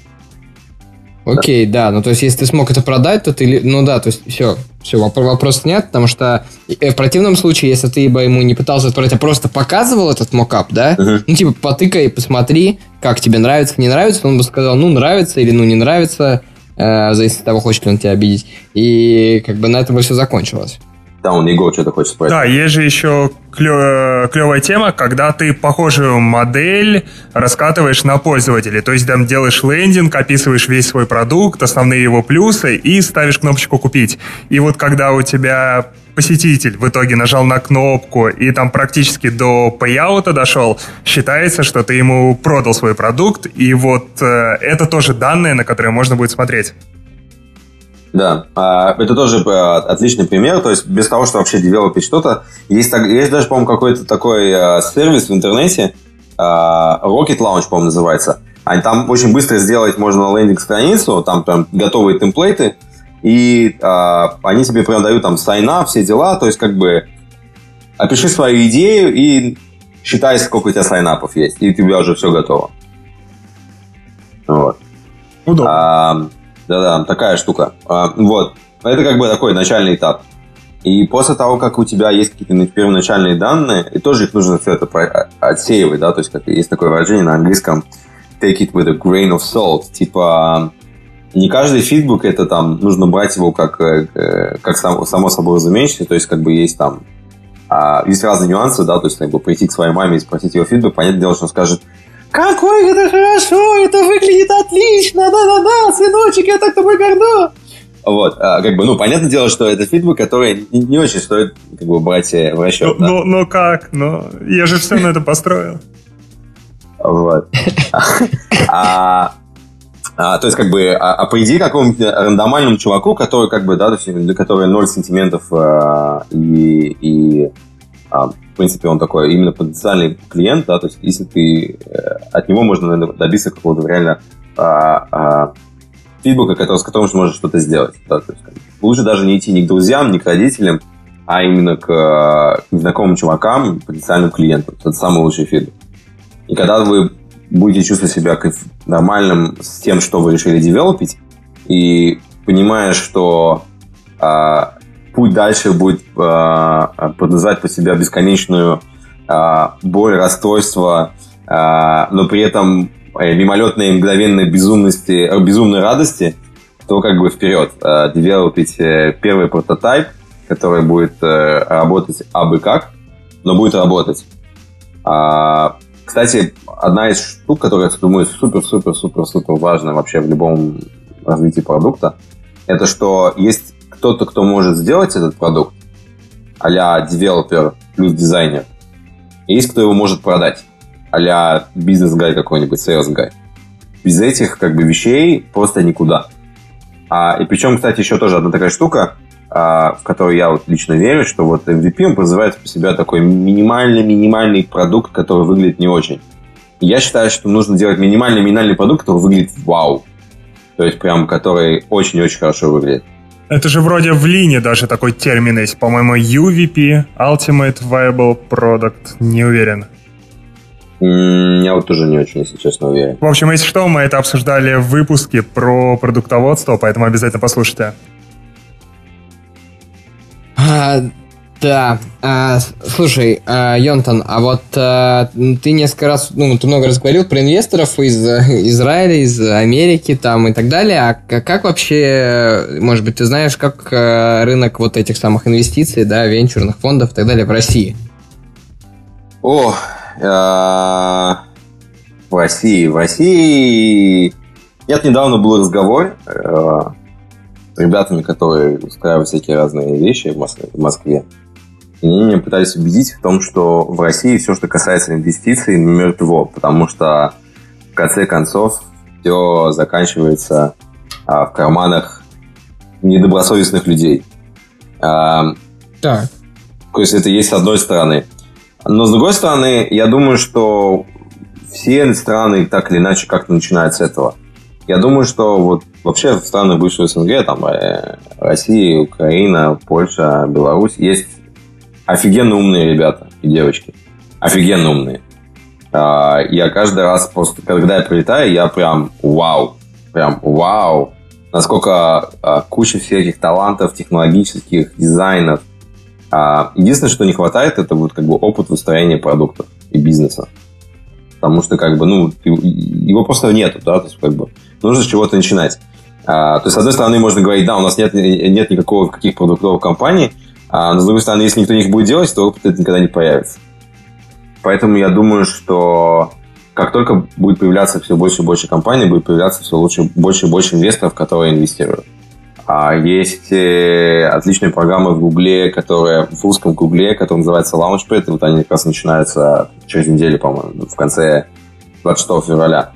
Окей, да. да, ну то есть если ты смог это продать, то ты... Ну да, то есть все, все, вопрос нет, потому что в противном случае, если ты бы ему не пытался это продать, а просто показывал этот мокап, да, uh-huh. ну типа потыкай, посмотри, как тебе нравится, не нравится, он бы сказал, ну нравится или ну не нравится, э, зависит от того, хочет ли он тебя обидеть, и как бы на этом бы все закончилось. Да, он Егор что-то хочет спросить. Да, есть же еще клё- клевая тема, когда ты похожую модель раскатываешь на пользователей. То есть там делаешь лендинг, описываешь весь свой продукт, основные его плюсы и ставишь кнопочку «Купить». И вот когда у тебя посетитель в итоге нажал на кнопку и там практически до пейаута дошел, считается, что ты ему продал свой продукт. И вот э, это тоже данные, на которые можно будет смотреть. Да, это тоже отличный пример, то есть без того, что вообще девелопить что-то. Есть, есть даже, по-моему, какой-то такой сервис в интернете, Rocket Launch, по-моему, называется. Там очень быстро сделать можно лендинг-страницу, там прям готовые темплейты, и они тебе прям дают там sign-up, все дела, то есть как бы опиши свою идею и считай, сколько у тебя сайнапов есть, и у тебя уже все готово. Вот. Удобно. А, да-да, такая штука. А, вот. Это как бы такой начальный этап. И после того, как у тебя есть какие-то первоначальные данные, и тоже их нужно все это отсеивать, да, то есть как есть такое выражение на английском take it with a grain of salt, типа не каждый фидбэк это там, нужно брать его как, как само, само собой разумеющееся, то есть как бы есть там есть разные нюансы, да, то есть как бы прийти к своей маме и спросить его фидбэк, понятное дело, что он скажет: какой это хорошо, это выглядит отлично, да-да-да, сыночек, я так тобой горда. Вот, а, как бы, ну, понятное дело, что это фидбэк, который не, не очень стоит, как бы, брать в расчет. Ну, да? ну, ну как? Ну, я же все на это построил. Вот. А, а, то есть, как бы, а, а по идее, какому-нибудь рандомальному чуваку, который, как бы, да, то есть, для которого ноль сантиментов а, и, и а, в принципе, он такой именно потенциальный клиент, да, то есть, если ты от него можно, наверное, добиться какого-то реально а, а, фидбэка, который, с которым сможешь что-то сделать. Да, то есть, лучше даже не идти ни к друзьям, ни к родителям, а именно к, к знакомым чувакам, потенциальным клиентам. Это самый лучший фидбэк. И когда вы будете чувствовать себя нормальным с тем, что вы решили девелопить, и понимаешь, что а, путь дальше будет а, подназывать под себя бесконечную а, боль, расстройство, а, но при этом мимолетной мгновенной безумности, безумной радости, то как бы вперед. Девелопить первый прототип, который будет работать абы как, но будет работать. Кстати, одна из штук, которая, я думаю, супер-супер-супер-супер важна вообще в любом развитии продукта, это что есть кто-то, кто может сделать этот продукт, а-ля девелопер плюс дизайнер, и есть кто его может продать, а-ля бизнес-гай какой-нибудь, sales-гай. без этих как бы вещей просто никуда. А, и причем, кстати, еще тоже одна такая штука, а, в которую я вот лично верю, что вот эм ви пи он называет по себя такой минимальный-минимальный продукт, который выглядит не очень. И я считаю, что нужно делать минимальный-минимальный продукт, который выглядит вау. То есть прям, который очень-очень хорошо выглядит. Это же вроде в линии даже такой термин есть, по-моему, ю ви пи, Ultimate Viable Product, не уверен. Я вот тоже не очень, если честно, уверен. В общем, если что, мы это обсуждали в выпуске про продуктоводство, поэтому обязательно послушайте. А, да. А, слушай, а, Йонтан, а вот а, ты несколько раз, ну, ты много раз говорил про инвесторов из Израиля, из Америки там и так далее. А как вообще, может быть, ты знаешь, как рынок вот этих самых инвестиций, да, венчурных фондов и так далее в России? О, в России. В России... Нет, недавно был разговор с ребятами, которые устраивают всякие разные вещи в Москве. В Москве. И они меня пытались убедить в том, что в России все, что касается инвестиций, мертво, потому что в конце концов все заканчивается в карманах недобросовестных людей. Так. То есть это есть с одной стороны. Но, с другой стороны, я думаю, что все страны так или иначе как-то начинают с этого. Я думаю, что вот вообще в странах бывшего СНГ, там Россия, Украина, Польша, Беларусь, есть офигенно умные ребята и девочки. Офигенно умные. Я каждый раз просто, когда я прилетаю, я прям вау. Прям вау. Насколько куча всяких талантов, технологических, дизайнов. Единственное, что не хватает, это вот как бы опыт выстроения продуктов и бизнеса. Потому что как бы, ну, его просто нету, да, то есть как бы нужно с чего-то начинать. А, то есть, с одной стороны, можно говорить, да, у нас нет, нет никакого каких продуктовых компаний, а, но с другой стороны, если никто их будет делать, то опыт это никогда не появится. Поэтому я думаю, что как только будет появляться все больше и больше компаний, будет появляться все лучше, больше и больше инвесторов, которые инвестируют. А есть отличная программа в Гугле, которая в русском Гугле, которая называется Launchpad. Вот они как раз начинаются через неделю, по-моему, в конце двадцать шестого февраля.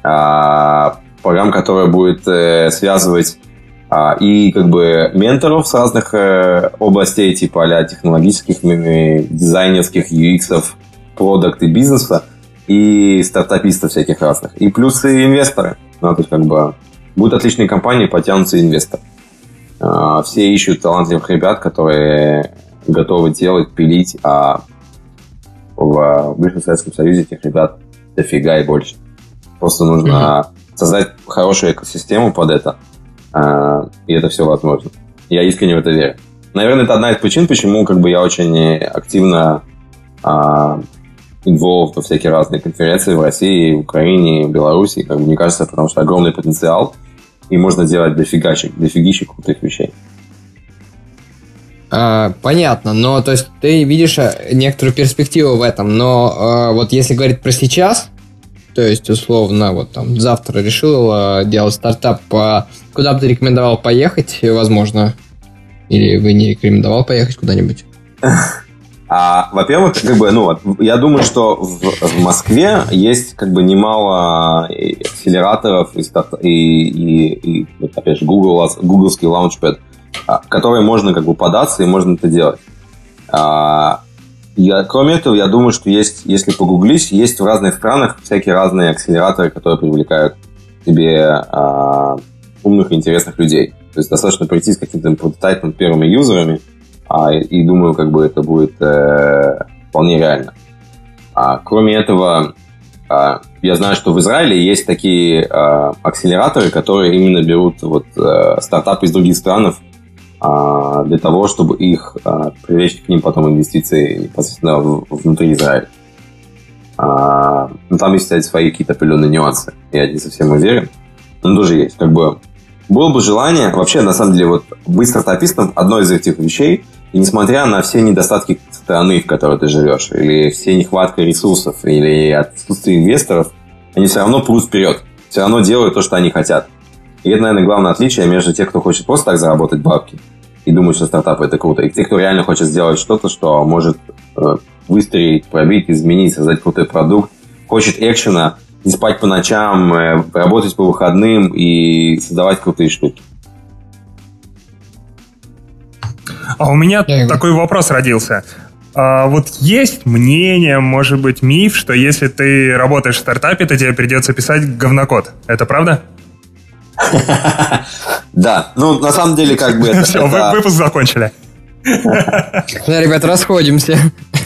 А, программа, которая будет э, связывать а, и как бы менторов с разных э, областей, типа а-ля технологических, дизайнерских, ю экс-ов, продакт и бизнеса, и стартапистов всяких разных. И плюс и инвесторы. Ну, то есть как бы будут отличные компании, потянутся инвесторы. Все ищут талантливых ребят, которые готовы делать, пилить, а в бывшем Советском Союзе этих ребят дофига и больше. Просто нужно mm-hmm. создать хорошую экосистему под это, и это все возможно. Я искренне в это верю. Наверное, это одна из причин, почему как бы я очень активно involved во всякие разные конференции в России, в Украине, в Беларуси. Как бы, мне кажется, потому что огромный потенциал, и можно делать дофигища, дофигища крутых вещей. А, понятно, но то есть ты видишь некоторую перспективу в этом, но а, вот если говорить про сейчас, то есть условно вот там завтра решил а, делать стартап, а, куда бы ты рекомендовал поехать, возможно, или вы не рекомендовал поехать куда-нибудь? А, во-первых, как бы, ну, я думаю, что в, в Москве есть как бы немало акселераторов и, и, и, и вот, опять же, Google, гугловский Launchpad, в которые можно как бы податься и можно это делать. А, я, кроме этого, я думаю, что есть, если погуглить, есть в разных странах всякие разные акселераторы, которые привлекают к себе а, умных и интересных людей. То есть достаточно прийти с каким-то прототипом, первыми юзерами, А, и, и думаю, как бы это будет э, вполне реально. А, кроме этого, а, я знаю, что в Израиле есть такие а, акселераторы, которые именно берут вот, а, стартапы из других стран а, для того, чтобы их а, привлечь к ним потом инвестиции непосредственно в, внутри Израиля. А, ну, там есть, кстати, свои какие-то определенные нюансы. Я не совсем уверен. Но тоже есть. Как бы было бы желание, вообще, на самом деле, вот быть стартапистом – одно из этих вещей. И несмотря на все недостатки страны, в которой ты живешь, или все нехватка ресурсов, или отсутствие инвесторов, они все равно прут вперед, все равно делают то, что они хотят. И это, наверное, главное отличие между тем, кто хочет просто так заработать бабки и думает, что стартапы это круто, и те, кто реально хочет сделать что-то, что может э, выстрелить, пробить, изменить, создать крутой продукт, хочет экшена, не спать по ночам, э, работать по выходным и создавать крутые штуки. А у меня Я такой его. вопрос родился. А вот есть мнение, может быть, миф, что если ты работаешь в стартапе, то тебе придется писать говнокод. Это правда? Да. Ну, на самом деле, как бы... Все, выпуск закончили. Да, ребят, расходимся.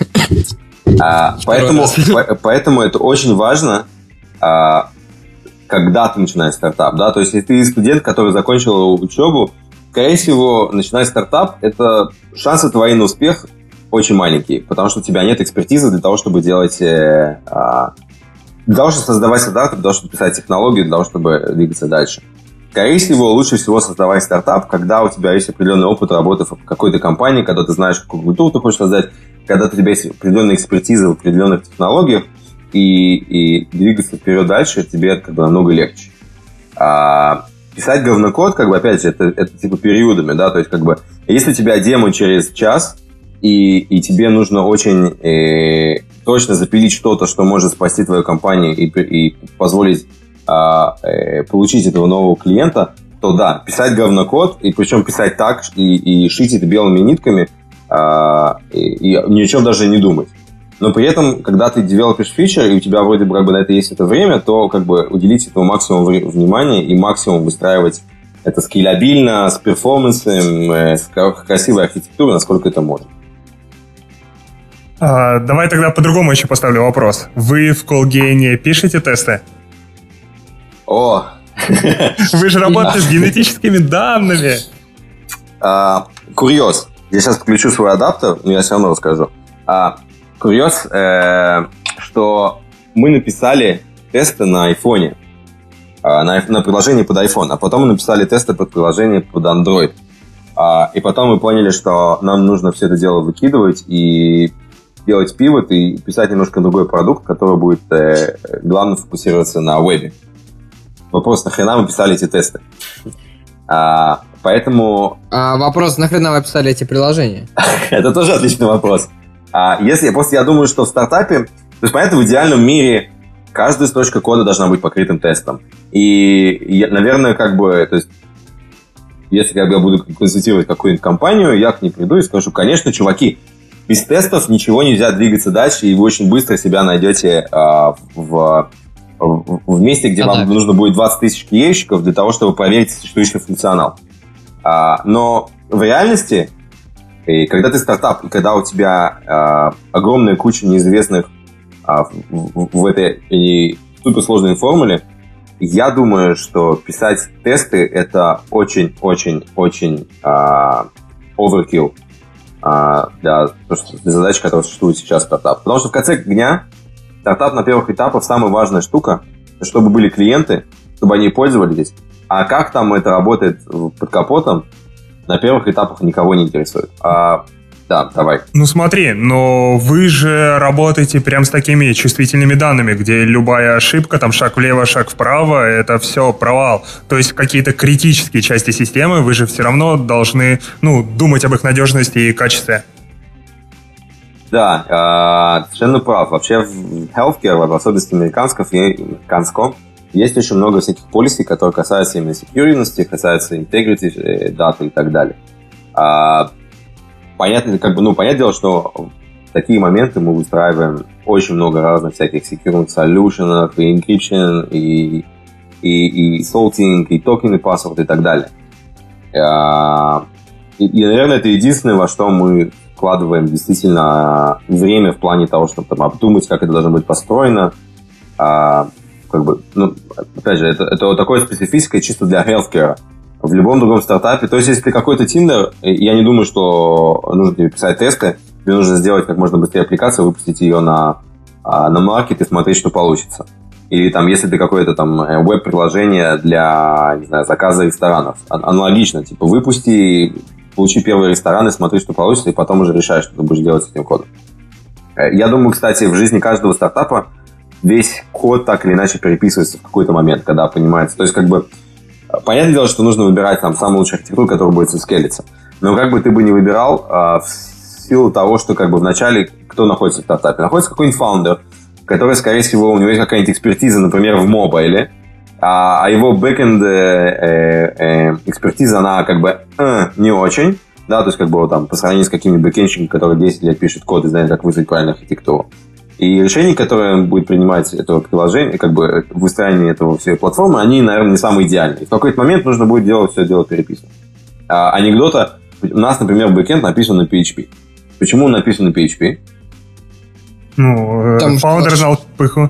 Поэтому это очень важно, когда ты начинаешь стартап. Да? То есть, если ты студент, который закончил учебу, скорее всего, начинать стартап, это шансы твои на успех очень маленькие, потому что у тебя нет экспертизы для того, чтобы делать... Э, э, для того, чтобы создавать стартап, для того, чтобы писать технологию, для того, чтобы двигаться дальше. Скорее всего, лучше всего создавать стартап, когда у тебя есть определенный опыт работы в какой-то компании, когда ты знаешь, какую культуру ты хочешь создать, когда у тебя есть определенная экспертиза в определенных технологиях, и, и двигаться вперед дальше тебе как бы намного легче. А, писать говнокод, как бы, опять же, это, это типа периодами, да, то есть, как бы, если у тебя демо через час, и, и тебе нужно очень э, точно запилить что-то, что может спасти твою компанию и, и позволить э, э, получить этого нового клиента, то да, писать говнокод, и причем писать так, и, и шить это белыми нитками, э, и, и ни о чем даже не думать. Но при этом, когда ты девелопишь фичер, и у тебя вроде бы, как бы на это есть это время, то как бы уделить этому максимум внимания и максимум выстраивать это скейлабильно, с перформансом, э, с красивой архитектурой, насколько это можно. А, давай тогда по-другому еще поставлю вопрос. Вы в Callgain пишете тесты? О! Вы же работаете с генетическими данными. А, курьез. Я сейчас подключу свой адаптер, но я все равно расскажу. А, курьез, э, что мы написали тесты на айфоне, а, на, на приложение под iPhone, а потом мы написали тесты под приложение под Android. А, и потом мы поняли, что нам нужно все это дело выкидывать и делать пивот и писать немножко другой продукт, который будет э, главное фокусироваться на вебе. Вопрос, нахрена мы писали эти тесты? А, поэтому... А вопрос, нахрена вы писали эти приложения? Это тоже отличный вопрос. А, если, просто я думаю, что в стартапе... То есть, понятно, в идеальном мире каждая строчка кода должна быть покрытым тестом. И, я, наверное, как бы... То есть, если как бы, я буду консультировать какую-нибудь компанию, я к ней приду и скажу, конечно, чуваки, без тестов ничего нельзя двигаться дальше, и вы очень быстро себя найдете а, в, в, в месте, где а вам так. нужно будет двадцать тысяч ящиков для того, чтобы проверить существующий функционал. А, но в реальности, и когда ты стартап, и когда у тебя а, огромная куча неизвестных а, в, в, в этой суперсложной формуле, я думаю, что писать тесты — это очень-очень-очень а, overkill. Для, для задач, которые существуют сейчас в стартапе. Потому что в конце дня стартап на первых этапах самая важная штука, чтобы были клиенты, чтобы они пользовались. А как там это работает под капотом, на первых этапах никого не интересует. А, да, давай. Ну смотри, но вы же работаете прям с такими чувствительными данными, где любая ошибка, там шаг влево, шаг вправо, это все провал. То есть какие-то критические части системы вы же все равно должны, ну, думать об их надежности и качестве. Да, совершенно прав. Вообще в healthcare, в особенности американском, американском, есть очень много всяких полисей, которые касаются именно security, касаются integrity даты и так далее. Понятно, как бы, ну, понятное дело, что в такие моменты мы выстраиваем очень много разных всяких security solutions, и encryption, и, и, и salting, и token, и password, и так далее. И, и, наверное, это единственное, во что мы вкладываем действительно время в плане того, чтобы там обдумать, как это должно быть построено. А, как бы, ну, опять же, это, это вот такое специфическое чисто для healthcare. В любом другом стартапе. То есть, если ты какой-то Tinder, я не думаю, что нужно тебе писать тесты, тебе нужно сделать как можно быстрее аппликацию, выпустить ее на, на маркет и смотреть, что получится. Или там, если ты какое-то там веб-приложение для, не знаю, заказа ресторанов, аналогично, типа, выпусти, получи первые рестораны, смотри, что получится, и потом уже решаешь, что ты будешь делать с этим кодом. Я думаю, кстати, в жизни каждого стартапа весь код так или иначе переписывается в какой-то момент, когда понимается. То есть, как бы, понятное дело, что нужно выбирать там самую лучшую архитектуру, которая будет скейлиться. Но как бы ты бы не выбирал, а, в силу того, что как бы в начале кто находится в стартапе? Находится какой-нибудь фаундер, который, скорее всего, у него есть какая-нибудь экспертиза, например, в мобайле, а, а его бэкэнд э, э, экспертиза, она как бы э, не очень, да, то есть как бы там по сравнению с каким-нибудь бэкэндщиком, который десять лет пишет код и знает, как выстроить правильную архитектуру. И решения, которые он будет принимать этого приложения, как бы выстраивание этого всей платформы, они, наверное, не самые идеальные. В какой-то момент нужно будет делать все дело переписку. А анекдота, у нас, например, бэкэнд написан на пи эйч пи. Почему он написан на пи эйч пи? Ну, Там фаундер знал пыху.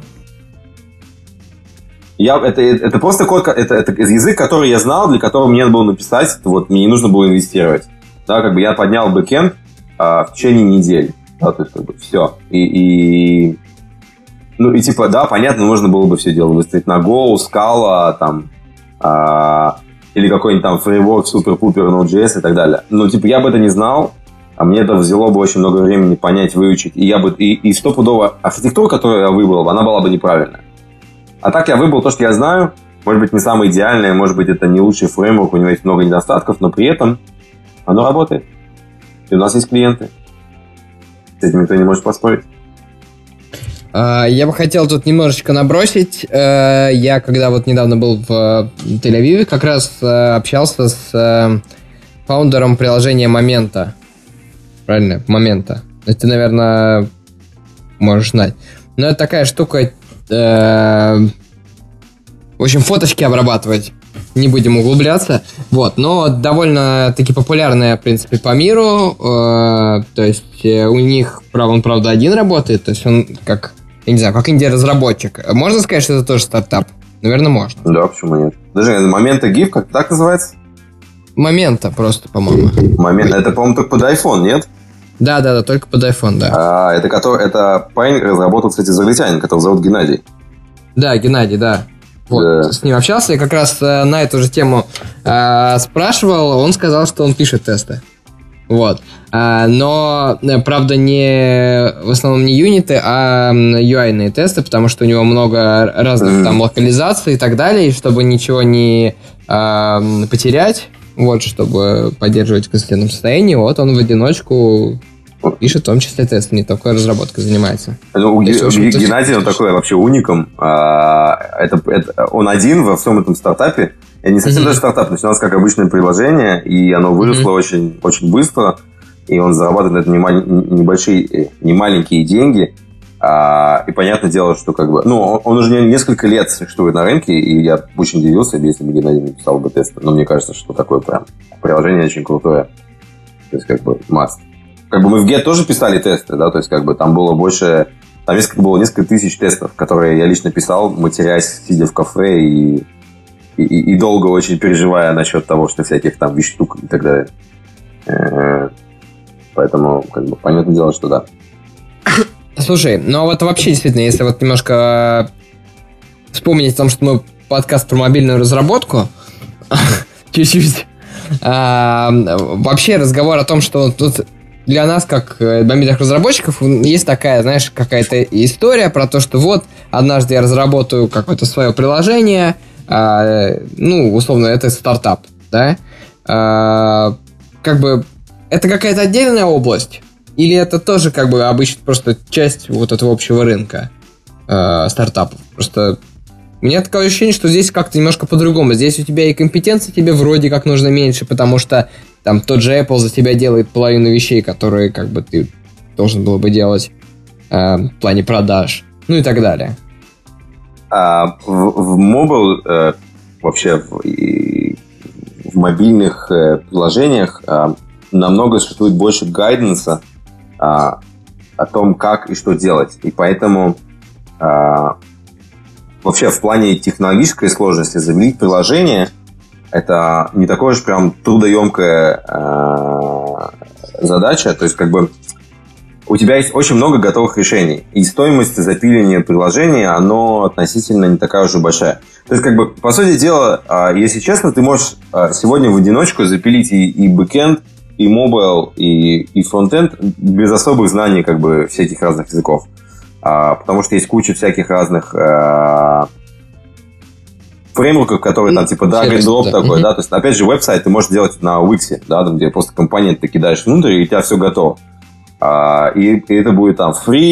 Я, это, это просто код, это, это язык, который я знал, для которого мне надо было написать, вот, мне не нужно было инвестировать. Да, как бы я поднял бэкэнд а, в течение недели. Да, то есть, как бы, все. И, и, ну, и типа, да, понятно, можно было бы все дело выстроить на Go, Scala, там, а, или какой-нибудь там фреймворк, супер-пупер, Node.js и так далее. Но, типа, я бы это не знал, а мне это взяло бы очень много времени понять, выучить. И я бы, и, и стопудово архитектура, которую я выбрал, она была бы неправильная. А так я выбрал то, что я знаю. Может быть, не самое идеальное, может быть, это не лучший фреймворк, у него есть много недостатков, но при этом оно работает. И у нас есть клиенты. С этим никто не может поспорить. Я бы хотел тут немножечко набросить. Я, когда вот недавно был в Тель-Авиве, как раз общался с фаундером приложения Момента. Правильно? Момента. Это, наверное, можешь знать. Но это такая штука... В общем, фоточки обрабатывать. Не будем углубляться. Вот, но довольно-таки популярная, в принципе, по миру. Э, то есть э, у них, он, правда, один работает. То есть он как, я не знаю, как инди-разработчик. Можно сказать, что это тоже стартап? Наверное, можно. Да, почему нет? Даже Момента гиф, как так называется? Момента просто, по-моему. Момент. Это, по-моему, только под iPhone, нет? Да, да, да, только под iPhone, да. А, это, который, это парень разработал, кстати, израильтянин, которого зовут Геннадий. Да, Геннадий, да. Вот, да. С ним общался, и как раз э, на эту же тему э, спрашивал, он сказал, что он пишет тесты. Вот. Э, но, правда, не в основном не юниты, а ю ай-ные тесты, потому что у него много разных mm-hmm. там локализаций и так далее, и чтобы ничего не э, потерять, вот, чтобы поддерживать в консистентном состоянии, вот он в одиночку пишет в том числе тесты, не только разработкой занимается. Ну, у есть, Г- Геннадий, он такой вообще уникум. А, это, это, он один во всем этом стартапе. Это не совсем mm-hmm. даже стартап, начиналось как обычное приложение, и оно выросло mm-hmm. очень, очень быстро, и он зарабатывает на это небольшие, не маленькие деньги. А, и понятное дело, что как бы... Ну, он, он уже несколько лет существует на рынке, и я очень удивился, если бы Геннадий написал бы тесты. Но мне кажется, что такое прям приложение очень крутое. То есть, как бы, must. Как бы мы в Get тоже писали тесты, да, то есть как бы там было больше, там несколько, было несколько тысяч тестов, которые я лично писал, матерясь, сидя в кафе и, и, и долго очень переживая насчет того, что всяких там вещь-штук и так далее. Поэтому, как бы, понятное дело, что да. Слушай, ну вот вообще, действительно, если вот немножко вспомнить о том, что мы подкаст про мобильную разработку, чуть-чуть, вообще разговор о том, что тут... Для нас, как мобильных разработчиков, есть такая, знаешь, какая-то история про то, что вот, однажды я разработаю какое-то свое приложение, э, ну, условно, это стартап, да? Э, как бы, это какая-то отдельная область? Или это тоже, как бы, обычно просто часть вот этого общего рынка э, стартапов? Просто у меня такое ощущение, что здесь как-то немножко по-другому. Здесь у тебя и компетенции тебе вроде как нужно меньше, потому что там тот же Apple за тебя делает половину вещей, которые как бы ты должен был бы делать э, в плане продаж, ну и так далее. А, в, в mobile, э, вообще в, и, в мобильных э, приложениях э, намного существует больше гайденса э, о том, как и что делать. И поэтому э, вообще в плане технологической сложности заменить приложение это не такое уж прям трудоемкая э, задача. То есть, как бы, у тебя есть очень много готовых решений. И стоимость запиливания приложения, оно относительно не такая уж и большая. То есть, как бы, по сути дела, э, если честно, ты можешь э, сегодня в одиночку запилить и, и бэкэнд, и мобайл, и, и фронтенд без особых знаний, как бы, всяких разных языков. Э, потому что есть куча всяких разных... Э, фреймворков, которые там типа drag and drop да. такой, mm-hmm. да, то есть, опять же, веб-сайт ты можешь делать на Wix, да, там, где просто компонент ты кидаешь внутрь, и у тебя все готово. А, и, и это будет там free,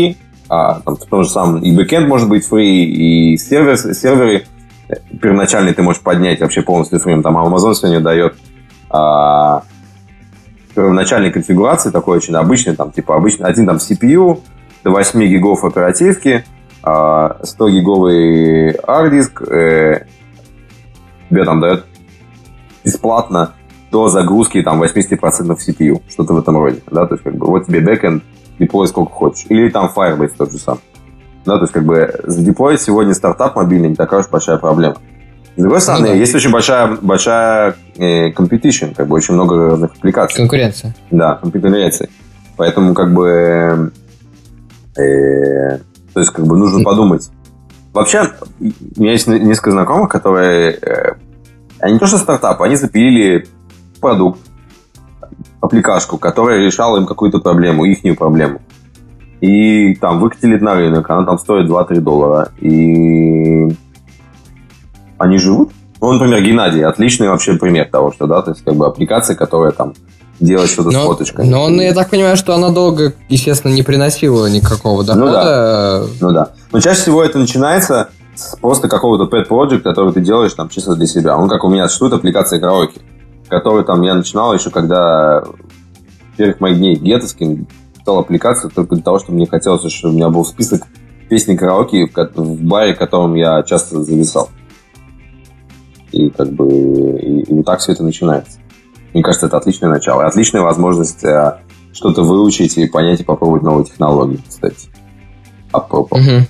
а там, в том же самом и бэкэнд может быть free, и сервер, серверы первоначальный ты можешь поднять вообще полностью free. Там Amazon сегодня дает а, первоначальной конфигурации такой очень обычный, там, типа обычный, один там си пи ю, до восемь гигов оперативки, а, сто гиговый hard-диск, э, тебе там дает бесплатно до загрузки там восемьдесят процентов си пи ю, что-то в этом роде, да, то есть как бы вот тебе бэкэнд, деплой сколько хочешь, или там Firebase тот же сам, да, то есть как бы задеплоить сегодня стартап мобильный не такая уж большая проблема. С другой стороны, ну, да. есть очень большая, большая э, competition, как бы очень много разных аппликаций. Конкуренция. Да, конкуренция. Поэтому как бы э, то есть как бы нужно подумать. Вообще, у меня есть несколько знакомых, которые э, они не то что стартапы, они запилили продукт, аппликашку, которая решала им какую-то проблему, ихнюю проблему. И там выкатили на рынок, она там стоит два-три доллара. И они живут. Ну, например, Геннадий, отличный вообще пример того, что, да, то есть как бы аппликация, которая там делает что-то но, с фоточкой. Но он, я так понимаю, что она долго, естественно, не приносила никакого дохода. Ну да, ну да. Но чаще всего это начинается с просто какого-то pet project, который ты делаешь там чисто для себя. Он как у меня существует аппликация караоке, который там я начинал еще когда в первых моих дней гетовским писал аппликацию только для того, что мне хотелось, чтобы у меня был список песен караоке в, в баре, в котором я часто зависал. И как бы и, и вот так все это начинается. Мне кажется, это отличное начало. И отличная возможность э, что-то выучить и понять и попробовать новые технологии, кстати. Апропо. Угу.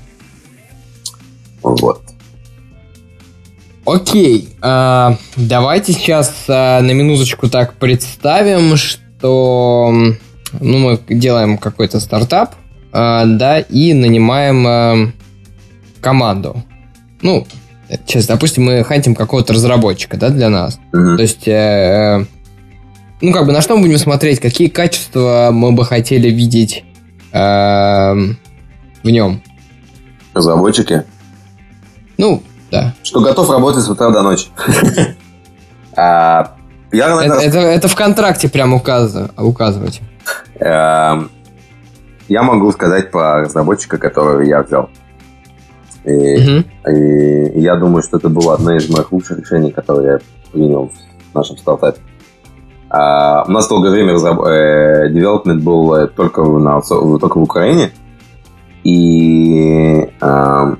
Вот. Окей. А, давайте сейчас а, на минуточку так представим, что ну, мы делаем какой-то стартап, а, да, и нанимаем а, команду. Ну, сейчас, допустим, мы хантим какого-то разработчика, да, для нас. Mm-hmm. То есть, э, ну, как бы, на что мы будем смотреть, какие качества мы бы хотели видеть э, в нем? Разработчики? Ну, да. Что готов работать с утра до ночи. Это в контракте прям указывать. Я могу сказать по разработчика, которого я взял. И, uh-huh. и я думаю, что это было одно из моих лучших решений, которые я принял в нашем стартапе. А, у нас долгое время разраб... э, девелопмент был только, на... только в Украине. И э,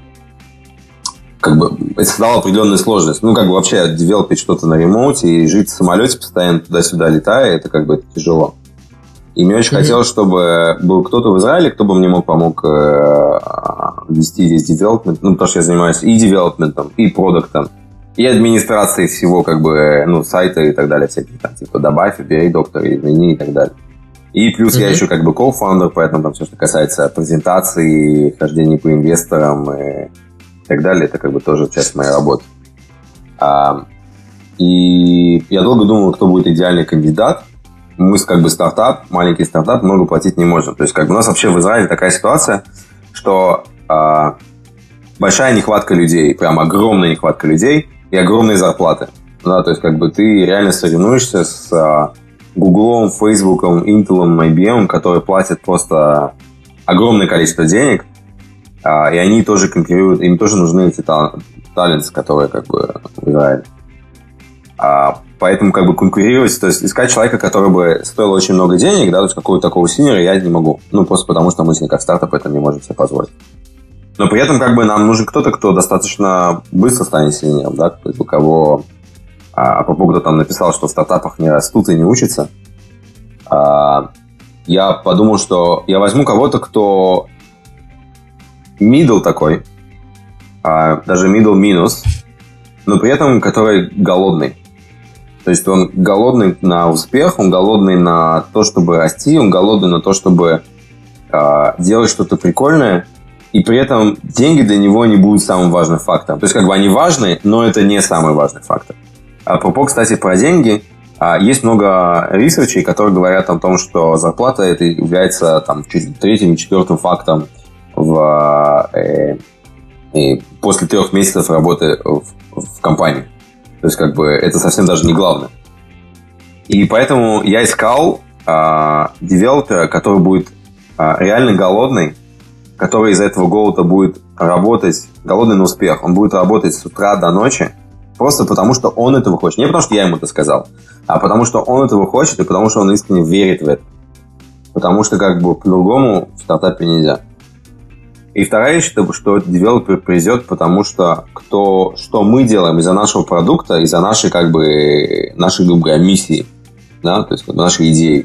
как бы это создало определенную сложность. Ну, как бы вообще девелопить что-то на ремоуте и жить в самолете, постоянно туда-сюда летая, это как бы это тяжело. И мне очень mm-hmm. хотелось, чтобы был кто-то в Израиле, кто бы мне мог помог э, вести весь девелопмент. Ну, потому что я занимаюсь и девелопментом, и продуктом, и администрацией всего, как бы, ну, сайта и так далее, всяких там, типа, добавь, убери доктор, измени и так далее. И плюс mm-hmm. я еще как бы кофаундер, поэтому там все, что касается презентации, хождения по инвесторам и так далее, это как бы тоже часть моей работы. А, и я долго думал, кто будет идеальный кандидат. Мы как бы стартап, маленький стартап, много платить не можем. То есть как бы у нас вообще в Израиле такая ситуация, что а, большая нехватка людей, прям огромная нехватка людей и огромные зарплаты. Да, то есть как бы ты реально соревнуешься с а, Гуглом, Фейсбуком, Интелом, ай би эм, которые платят просто огромное количество денег, а, и они тоже конкурируют, им тоже нужны эти таланты, которые как бы в Израиле. А, поэтому как бы конкурировать, то есть искать человека, который бы стоил очень много денег, да, то есть какого-то такого синера я не могу. Ну, просто потому что мы как стартап это не можем себе позволить. Но при этом как бы нам нужен кто-то, кто достаточно быстро станет синером, да, то есть у кого... А по поводу там написал, что в стартапах не растут и не учатся. А, я подумал, что я возьму кого-то, кто middle такой, а, даже middle минус, но при этом который голодный. То есть он голодный на успех, он голодный на то, чтобы расти, он голодный на то, чтобы э, делать что-то прикольное, и при этом деньги для него не будут самым важным фактором. То есть как бы они важны, но это не самый важный фактор. Апропо, кстати, про деньги. Э, есть много ресерчей, которые говорят о том, что зарплата это является там, третьим, четвертым фактором в, э, э, после трех месяцев работы в, в компании. То есть, как бы, это совсем даже не главное. И поэтому я искал а, девелопера, который будет а, реально голодный который из-за этого голода будет работать, голодный на успех, он будет работать с утра до ночи, просто потому что он этого хочет. Не потому что я ему это сказал, а потому что он этого хочет и потому что он искренне верит в это. Потому что как бы по-другому в стартапе нельзя. И вторая вещь, это что девелопер придет, потому что кто, что мы делаем из-за нашего продукта, из-за нашей, как бы, нашей, грубо говоря, миссии, да, то есть как бы, нашей идеи.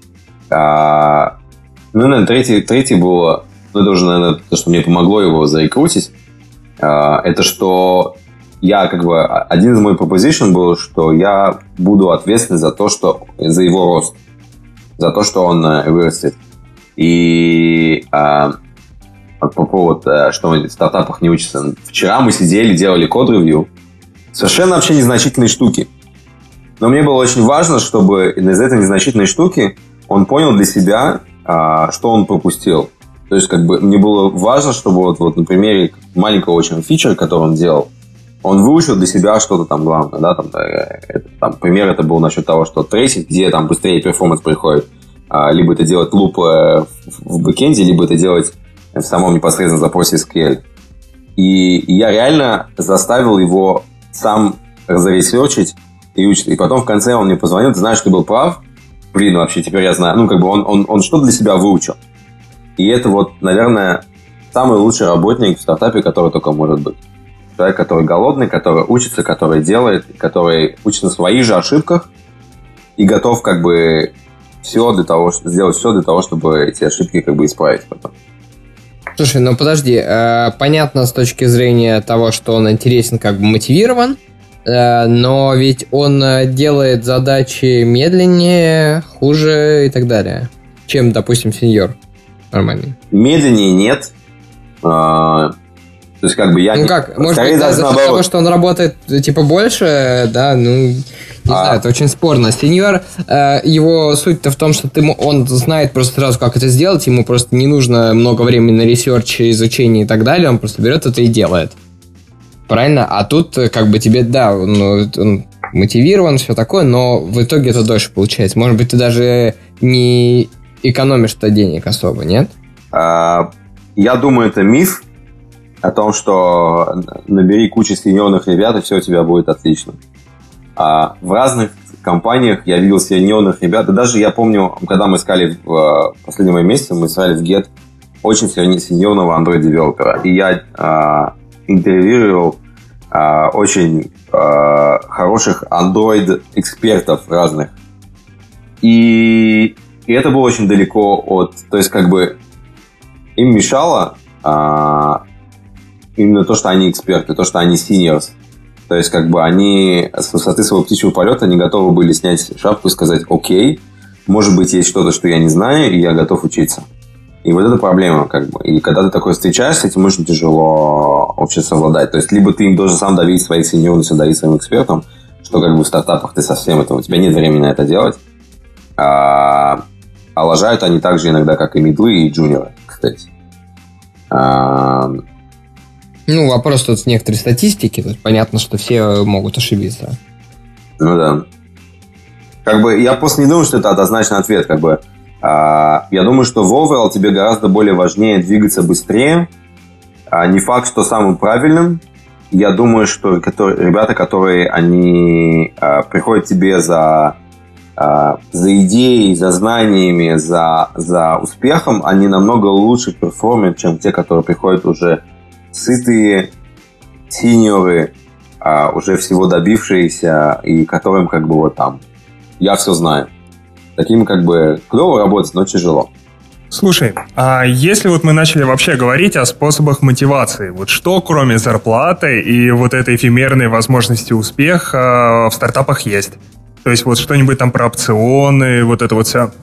А, ну, наверное, третье, третье было, ну, это уже, наверное, то, что мне помогло его зарекрутить, а, это что я, как бы, один из моих proposition был, что я буду ответственен за то, что, за его рост, за то, что он вырастет. И а, по поводу, что в стартапах не учатся. Вчера мы сидели, делали код-ревью. Совершенно вообще незначительные штуки. Но мне было очень важно, чтобы из этой незначительной штуки он понял для себя, а, что он пропустил. То есть, как бы, мне было важно, чтобы вот, вот на примере маленького очень фичера, который он делал, он выучил для себя что-то там главное. Да? Там, это, там, пример это был насчет того, что трейсить, где там быстрее перформанс приходит. А, либо это делать луп в, в бэкэнде, либо это делать в самом непосредственном запросе эс кью эль. И, и я реально заставил его сам заресерчить и учить. И потом в конце он мне позвонил, ты знаешь, ты был прав. Блин, вообще теперь я знаю. Ну, как бы он, он, он что для себя выучил. И это вот, наверное, самый лучший работник в стартапе, который только может быть. Человек, который голодный, который учится, который делает, который учится на своих же ошибках и готов как бы все для того, сделать все для того, чтобы эти ошибки как бы исправить потом. Слушай, ну подожди, э, понятно с точки зрения того, что он интересен, как бы мотивирован, э, но ведь он делает задачи медленнее, хуже и так далее, чем, допустим, сеньор нормальный. Медленнее нет. А, то есть как бы я... Ну как, может быть, да, за счет того, что он работает типа больше, да, ну... Не а... знаю, это очень спорно. Сеньор, э, его суть-то в том, что ты, он знает просто сразу, как это сделать, ему просто не нужно много времени на ресерч, изучение и так далее, он просто берет это и делает. Правильно? А тут как бы тебе, да, он, он мотивирован, все такое, но в итоге это дольше получается. Может быть, ты даже не экономишь-то денег особо, нет? А, я думаю, это миф о том, что набери кучу сеньорных ребят, и все у тебя будет отлично. А в разных компаниях я видел сеньорных ребят. И даже я помню, когда мы искали в последнем моем месяце, мы искали в Get очень сеньорного Android-девелопера. И я а, интервьюировал а, очень а, хороших Android-экспертов разных. И, и это было очень далеко от... То есть, как бы, им мешало а, именно то, что они эксперты, то, что они seniors. То есть, как бы, они с высоты своего птичьего полета не готовы были снять шапку и сказать: окей, может быть, есть что-то, что я не знаю, и я готов учиться. И вот это проблема, как бы. И когда ты такой встречаешься, с этим очень тяжело вообще совладать. То есть, либо ты им должен сам давить своих сеньорностей, давить своим экспертам, что, как бы, в стартапах ты совсем этого, у тебя нет времени на это делать. А, а лажают они так же иногда, как и мидлы, и джуниоры, кстати. А, Ну, вопрос тут с некоторой статистики. Тут понятно, что все могут ошибиться. Ну да. Как бы я просто не думаю, что это однозначный ответ. Как бы, а, я думаю, что в overall тебе гораздо более важнее двигаться быстрее. А не факт, что самым правильным. Я думаю, что которые, ребята, которые они а, приходят тебе за, а, за идеей, за знаниями, за, за успехом, они намного лучше перформят, чем те, которые приходят уже сытые синьоры, а, уже всего добившиеся, и которым как бы вот там я все знаю. Таким как бы клево работать, но тяжело. Слушай, а если вот мы начали вообще говорить о способах мотивации, вот что кроме зарплаты и вот этой эфемерной возможности успеха в стартапах есть? То есть вот что-нибудь там про опционы, вот это вот все.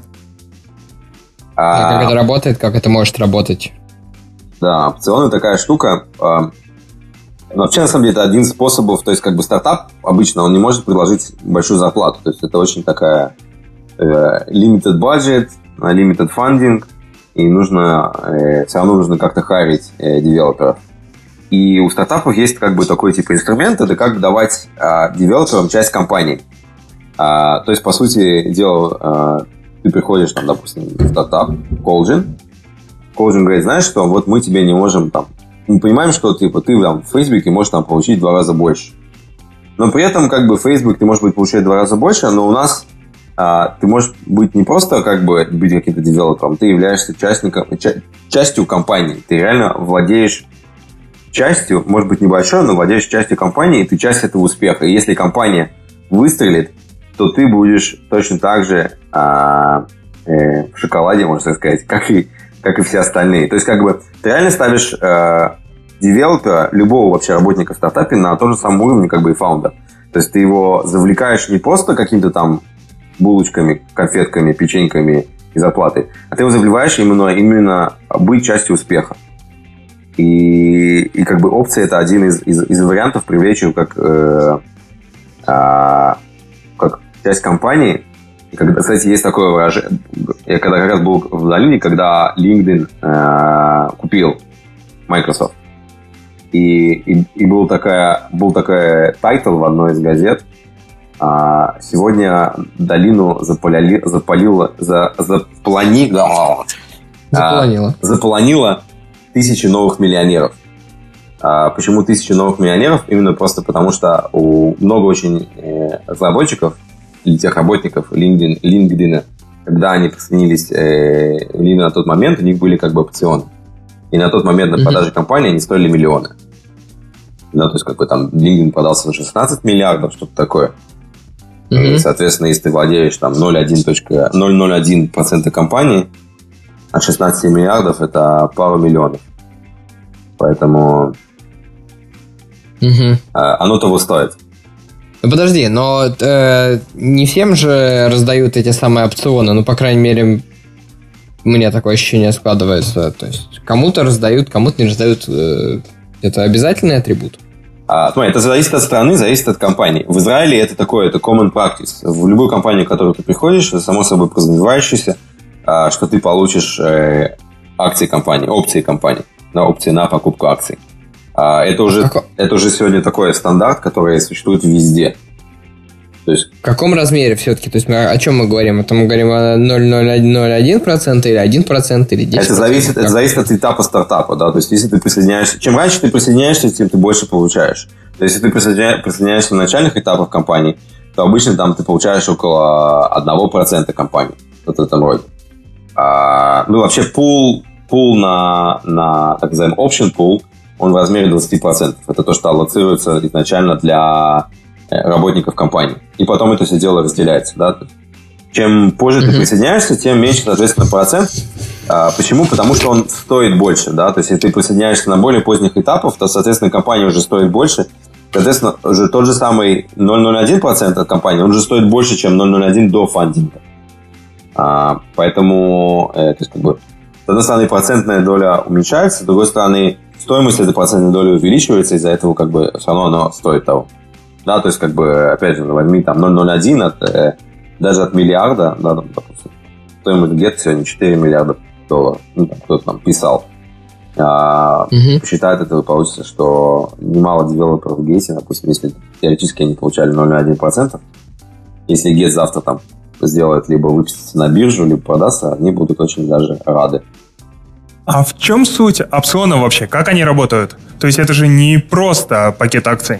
А, а как это работает, как это может работать? Да, опционы такая штука. Вообще, на самом деле, это один из способов. То есть, как бы стартап обычно, он не может предложить большую зарплату. То есть, это очень такая э, limited budget, limited funding, и нужно, э, все равно нужно как-то хайрить э, девелоперов. И у стартапов есть как бы такой типа инструмент, это как давать э, девелоперам часть компании. Э, то есть, по сути дела, э, ты приходишь, там, допустим, в стартап, Colgin, коучинг говорит, знаешь что, вот мы тебе не можем там, мы понимаем, что типа, ты там в Фейсбуке можешь там получить в два раза больше. Но при этом, как бы, Facebook ты можешь быть получать в два раза больше, но у нас а, ты можешь быть не просто как бы быть каким-то девелопером, ты являешься участником, ча- частью компании. Ты реально владеешь частью, может быть, небольшой, но владеешь частью компании, и ты часть этого успеха. И если компания выстрелит, то ты будешь точно так же а, э, в шоколаде, можно так сказать, как и, как и все остальные. То есть, как бы, ты реально ставишь э, девелопера, любого вообще работника в стартапе на том же самом уровне, как бы и фаундер. То есть, ты его завлекаешь не просто каким-то там булочками, конфетками, печеньками и зарплатой, а ты его завлекаешь именно, именно быть частью успеха. И, и как бы опция — это один из, из, из вариантов привлечь его как, э, э, как часть компании. И когда, кстати, есть такое выражение. Я когда как раз был в долине, когда LinkedIn э, купил Microsoft. И, и, и был такая, был такой тайтл в одной из газет. А, сегодня долину запалили, запалило, за, заплани, заполонило. А, заполонило тысячи новых миллионеров. А, почему тысячи новых миллионеров? Именно просто потому, что у много очень э, разработчиков или тех работников LinkedIn, LinkedIn, когда они присоединились э, в LinkedIn на тот момент, у них были как бы опционы. И на тот момент на продаже mm-hmm. компании они стоили миллионы. Ну, то есть, как бы там LinkedIn продался за шестнадцать миллиардов, что-то такое. Mm-hmm. И, соответственно, если ты владеешь там ноль целых ноль один процента компании, от шестнадцати миллиардов это пару миллионов. Поэтому mm-hmm. оно того стоит. Ну, подожди, но э, не всем же раздают эти самые опционы, ну, по крайней мере, у меня такое ощущение складывается. То есть кому-то раздают, кому-то не раздают. Э, это обязательный атрибут? А, смотри, это зависит от страны, зависит от компании. В Израиле это такое, это common practice. В любую компанию, в которую ты приходишь, это само собой подразумевающееся, а, что ты получишь э, акции компании, опции компании, на опции на покупку акций. А, это, уже, Како... это уже сегодня такой стандарт, который существует везде. То есть... В каком размере все-таки? То есть мы, о чем мы говорим? Это мы говорим о ноль целых ноль один процента или один процент или десять процентов? Это зависит, это зависит от этапа стартапа. Да? То есть если ты присоединяешься... Чем раньше ты присоединяешься, тем ты больше получаешь. То есть если ты присоединяешься, присоединяешься на начальных этапах компании, то обычно там ты получаешь около одного процента компании. Вот в этом роде. А, ну, вообще, пул, пул на, на, так называемый option pool, он в размере двадцать процентов. Это то, что аллоцируется изначально для работников компании. И потом это все дело разделяется. Да? Чем позже mm-hmm. ты присоединяешься, тем меньше, соответственно, процент. А, почему? Потому что он стоит больше. Да? То есть, если ты присоединяешься на более поздних этапах, то, соответственно, компания уже стоит больше. Соответственно, уже тот же самый ноль целых ноль один процента от компании, он уже стоит больше, чем ноль целых ноль один до фандинга. А, поэтому, э, то есть, как бы, с одной стороны, процентная доля уменьшается, с другой стороны, стоимость этой процентной доли увеличивается, из-за этого, как бы, все равно оно стоит того. Да, то есть, как бы, опять же, возьми там ноль целых ноль один от, э, даже от миллиарда, да, там, допустим, стоимость где-то сегодня четыре миллиарда долларов. Ну, там, кто-то там писал. А, mm-hmm. Посчитает это, получится, что немало девелоперов в Гете, допустим, если теоретически они получали ноль целых один процент, если Гет завтра там сделает, либо выпустится на биржу, либо продастся, они будут очень даже рады. А в чем суть опционов вообще? Как они работают? То есть это же не просто пакет акций.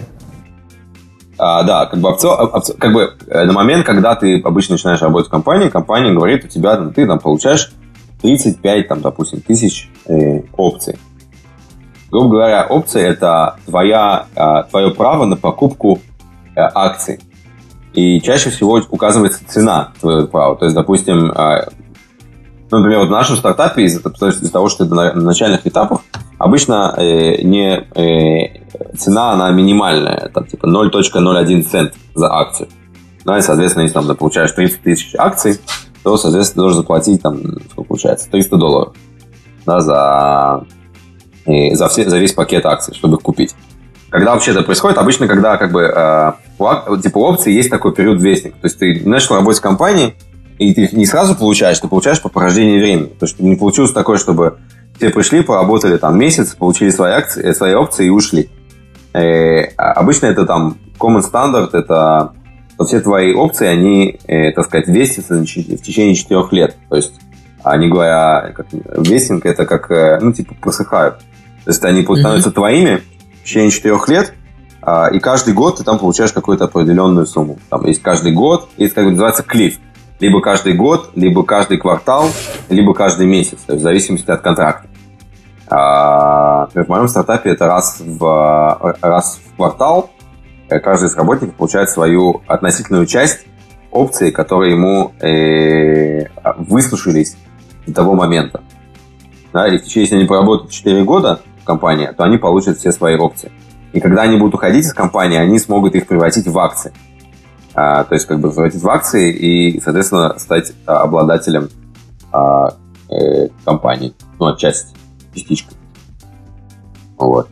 А, да, как бы, опцион, опцион, как бы на момент, когда ты обычно начинаешь работать в компании, компания говорит, у тебя там, ты там получаешь тридцать пять, там, допустим, тысяч э, опций. Грубо говоря, опция – это твоя, э, твое право на покупку э, акций. И чаще всего указывается цена твоего права. То есть, допустим, э, ну, например, вот в нашем стартапе из-за, из-за того, что это на, на начальных этапах, обычно э, не, э, цена, она минимальная, там, типа ноль целых ноль один цент за акцию. Ну, и, соответственно, если там, ты получаешь тридцать тысяч акций, то, соответственно, ты должен заплатить, там, сколько получается, триста долларов, да, за, и, за, все, за весь пакет акций, чтобы их купить. Когда вообще это происходит? Обычно, когда, как бы, э, у, типа, у опции есть такой период вестник. То есть, ты начал работать в компании, и ты их не сразу получаешь, ты получаешь по прохождении времени. То есть, не получилось такое, чтобы все пришли, поработали там месяц, получили свои акции, свои опции и ушли. Э, обычно это там common standard, это все твои опции, они, э, так сказать, вестятся в течение четырех лет. То есть Они говоря, как вестинг, это как, ну, типа, просыхают. То есть они становятся mm-hmm. твоими в течение четырех лет, и каждый год ты там получаешь какую-то определенную сумму. Там есть каждый год, есть, как бы, называется, клифф. Либо каждый год, либо каждый квартал, либо каждый месяц, то есть в зависимости от контракта. А, в моем стартапе это раз в, раз в квартал каждый из работников получает свою относительную часть опций, которые ему э, выслушались до того момента. Да, и в течение, если они поработают четыре года в компании, то они получат все свои опции. И когда они будут уходить из компании, они смогут их превратить в акции. А, то есть, как бы, превратить в акции и, соответственно, стать а, обладателем а, э, компании. Ну, отчасти, частичкой. Вот.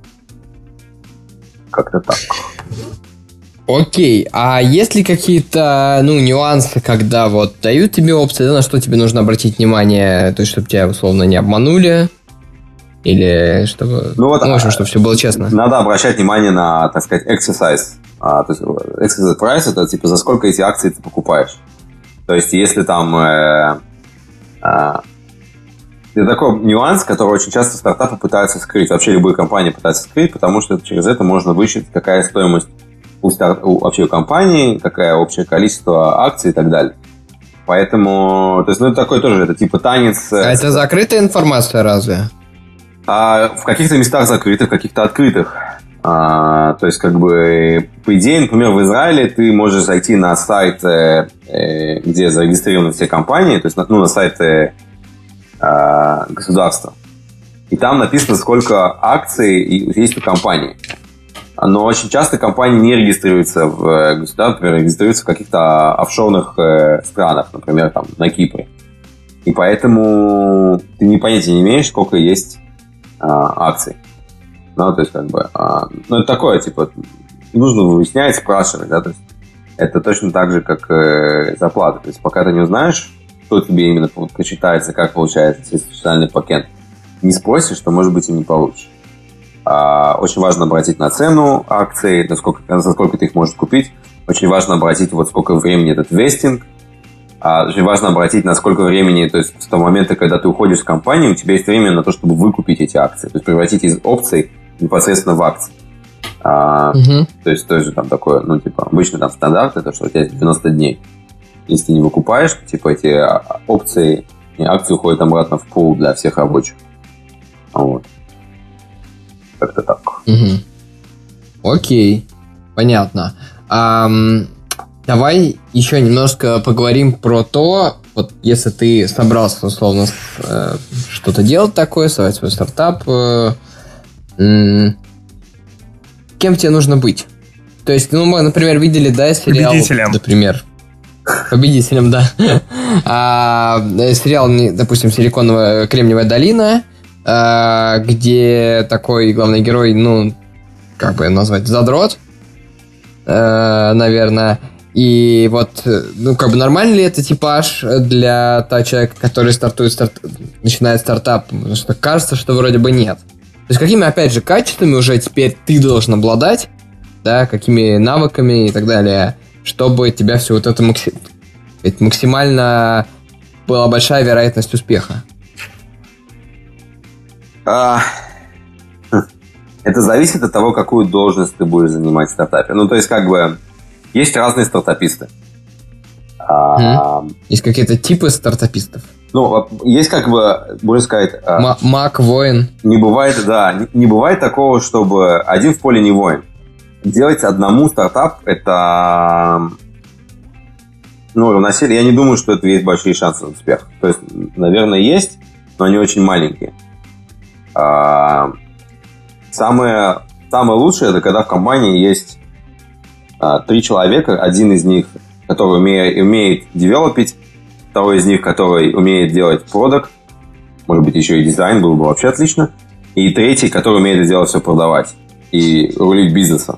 Как-то так. Окей, а есть ли какие-то, ну, нюансы, когда вот дают тебе опции, да, на что тебе нужно обратить внимание, то есть, чтобы тебя, условно, не обманули? Или чтобы, ну, вот, ну, в общем, чтобы все было честно. Надо обращать внимание на, так сказать, exercise. А, то есть exercise price — это типа за сколько эти акции ты покупаешь. То есть если там э, э, это такой нюанс, который очень часто стартапы пытаются скрыть. Вообще любые компании пытаются скрыть, потому что через это можно высчитать, какая стоимость у, старт, у вообще у компании, какое общее количество акций и так далее. Поэтому, то есть, ну, это такой тоже, это типа танец. А это закрытая информация разве? А в каких-то местах закрытых, в каких-то открытых. А, то есть, как бы, по идее, например, в Израиле ты можешь зайти на сайт, э, э, где зарегистрированы все компании, то есть, ну, на сайт э, э, государства. И там написано, сколько акций есть у компании. Но очень часто компании не регистрируются в государстве, например, регистрируются в каких-то офшорных э, странах, например, там, на Кипре. И поэтому ты ни понятия не имеешь, сколько есть акций. Ну, то есть, как бы, а, ну, это такое, типа, нужно выяснять, спрашивать, да, то есть, это точно так же, как э, зарплата. То есть, пока ты не узнаешь, что тебе именно прочитается, как получается социальный пакет, не спросишь, то, может быть, и не получишь. А, очень важно обратить на цену акций, насколько, насколько ты их можешь купить. Очень важно обратить, вот сколько времени этот вестинг. А, очень важно обратить, на сколько времени, то есть с того момента, когда ты уходишь с компании, у тебя есть время на то, чтобы выкупить эти акции, то есть превратить из опций непосредственно в акции. А, угу. То есть тоже там такое, ну, типа, обычно там стандарт, это что у тебя есть девяносто дней. Если ты не выкупаешь, типа, эти опции, акции уходят обратно в пул для всех рабочих. Вот. Как-то так. Угу. Окей. Понятно. Um... Давай еще немножко поговорим про то, вот если ты собрался, условно, э, что-то делать такое, создать свой стартап, э, э, кем тебе нужно быть? То есть, ну, мы, например, видели, да, сериал... Победителем. Например. Победителем, да. А, сериал, допустим, «Силиконовая Кремниевая долина», а, где такой главный герой, ну, как бы назвать, задрот, а, наверное... И вот, ну, как бы нормальный ли это типаж для того человека, который стартует, старт... начинает стартап? Потому что кажется, что вроде бы нет. То есть какими, опять же, качествами уже теперь ты должен обладать, да, какими навыками и так далее, чтобы у тебя все вот это макси... максимально была большая вероятность успеха? А... Это зависит от того, какую должность ты будешь занимать в стартапе. Ну, то есть, как бы... Есть разные стартаписты. Mm-hmm. Есть какие-то типы стартапистов? Ну, есть, как бы, можно сказать... М- маг, воин. Не бывает, да, не, не бывает такого, чтобы один в поле не воин. Делать одному стартап, это... Ну, на деле, я не думаю, что это есть большие шансы на успех. То есть, наверное, есть, но они очень маленькие. А, самое, самое лучшее, это когда в компании есть три человека, один из них, который умеет, умеет девелопить, второй из них, который умеет делать продакт, может быть, еще и дизайн, было бы вообще отлично, и третий, который умеет это делать, все продавать и рулить бизнесом.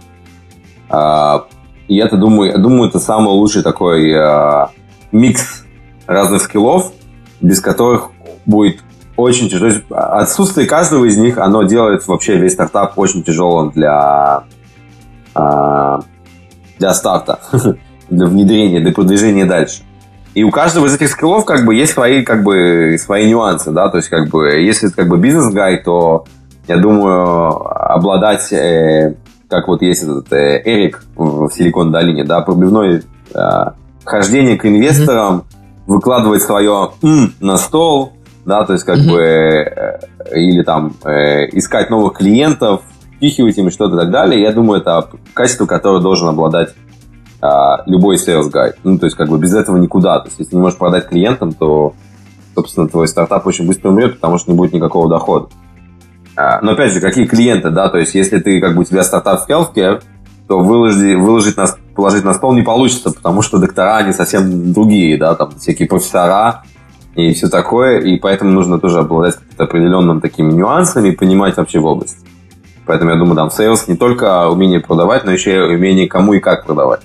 И это, думаю, думаю, это самый лучший такой микс разных скиллов, без которых будет очень тяжело. Отсутствие каждого из них, оно делает вообще весь стартап очень тяжелым для... для старта, для внедрения, для продвижения дальше. И у каждого из этих скиллов как бы есть свои, как бы, свои нюансы, да, то есть как бы если это как бы бизнес-гай, то я думаю обладать, э, как вот есть этот э, Эрик в, в Силикон-долине, да, пробивной э, хождение к инвесторам, mm-hmm. выкладывать свое м на стол, да, то есть как mm-hmm. бы э, или там э, искать новых клиентов, впихивать им что-то и так далее. Я думаю, это качество, которое должен обладать э, любой sales guy. Ну, то есть как бы без этого никуда. То есть если не можешь продать клиентам, то, собственно, твой стартап очень быстро умрет, потому что не будет никакого дохода. Э, но опять же, какие клиенты, да, то есть если ты как бы у тебя стартап в healthcare, то выложить, выложить на, положить на стол не получится, потому что доктора, они совсем другие, да, там всякие профессора и все такое, и поэтому нужно тоже обладать какими-то определенными такими нюансами и понимать вообще в области. Поэтому я думаю, там, сейлс не только умение продавать, но еще и умение кому и как продавать.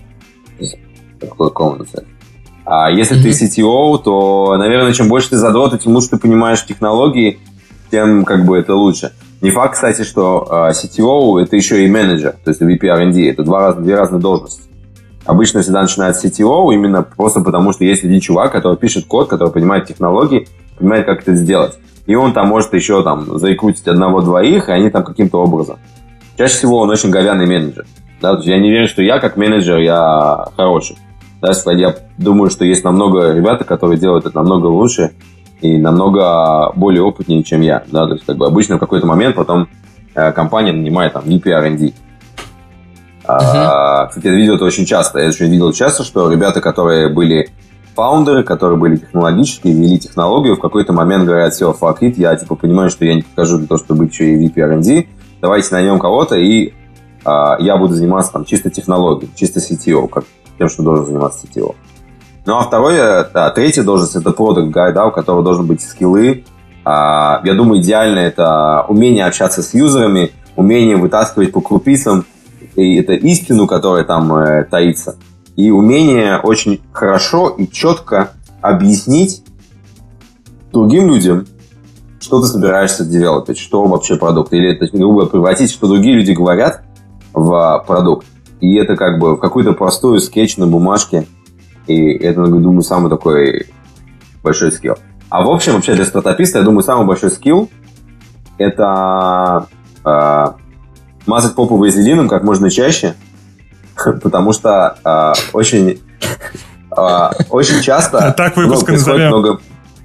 А если mm-hmm. ты си ти о, то, наверное, чем больше ты задрот, тем лучше ты понимаешь технологии, тем как бы это лучше. Не факт, кстати, что uh, си ти о это еще и менеджер, то есть ви пи ар энд ди, это два, две разные должности. Обычно всегда начинают с си ти о именно просто потому, что есть один чувак, который пишет код, который понимает технологии, понимает, как это сделать. И он там может еще там заикрутить одного-двоих, и они там каким-то образом. Чаще всего он очень говяный менеджер. Да? То есть я не верю, что я как менеджер, я хороший. Да? Я думаю, что есть намного ребята, которые делают это намного лучше и намного более опытнее, чем я. Да? То есть как бы обычно в какой-то момент потом э, компания нанимает там ви пи ар энд ди. Uh-huh. А, кстати, я видел это очень часто. Я очень видел часто, что ребята, которые были фаундеры, которые были технологические, вели технологию, в какой-то момент говорят: все, fuck it, я типа понимаю, что я не покажу для того, чтобы быть еще и ви пи ар энд ди, давайте наймем кого-то, и а, я буду заниматься там чисто технологией, чисто си ти о, как тем, что должен заниматься си ти о. Ну, а второе, да, третья должность — это product guy, да, у которого должны быть скиллы. А, я думаю, идеально это умение общаться с юзерами, умение вытаскивать по крупицам и это истину, которая там э, таится, и умение очень хорошо и четко объяснить другим людям, что ты собираешься девелопить, что вообще продукт, или это, грубо, превратить, что другие люди говорят, в продукт, и это как бы в какую-то простую скетч на бумажке, и это, я думаю, самый такой большой скилл. А в общем, вообще для стартаписта, я думаю, самый большой скилл — это э, мазать попу вазелином как можно чаще, потому что э, очень, э, очень часто... Так выпуск назовем. Много...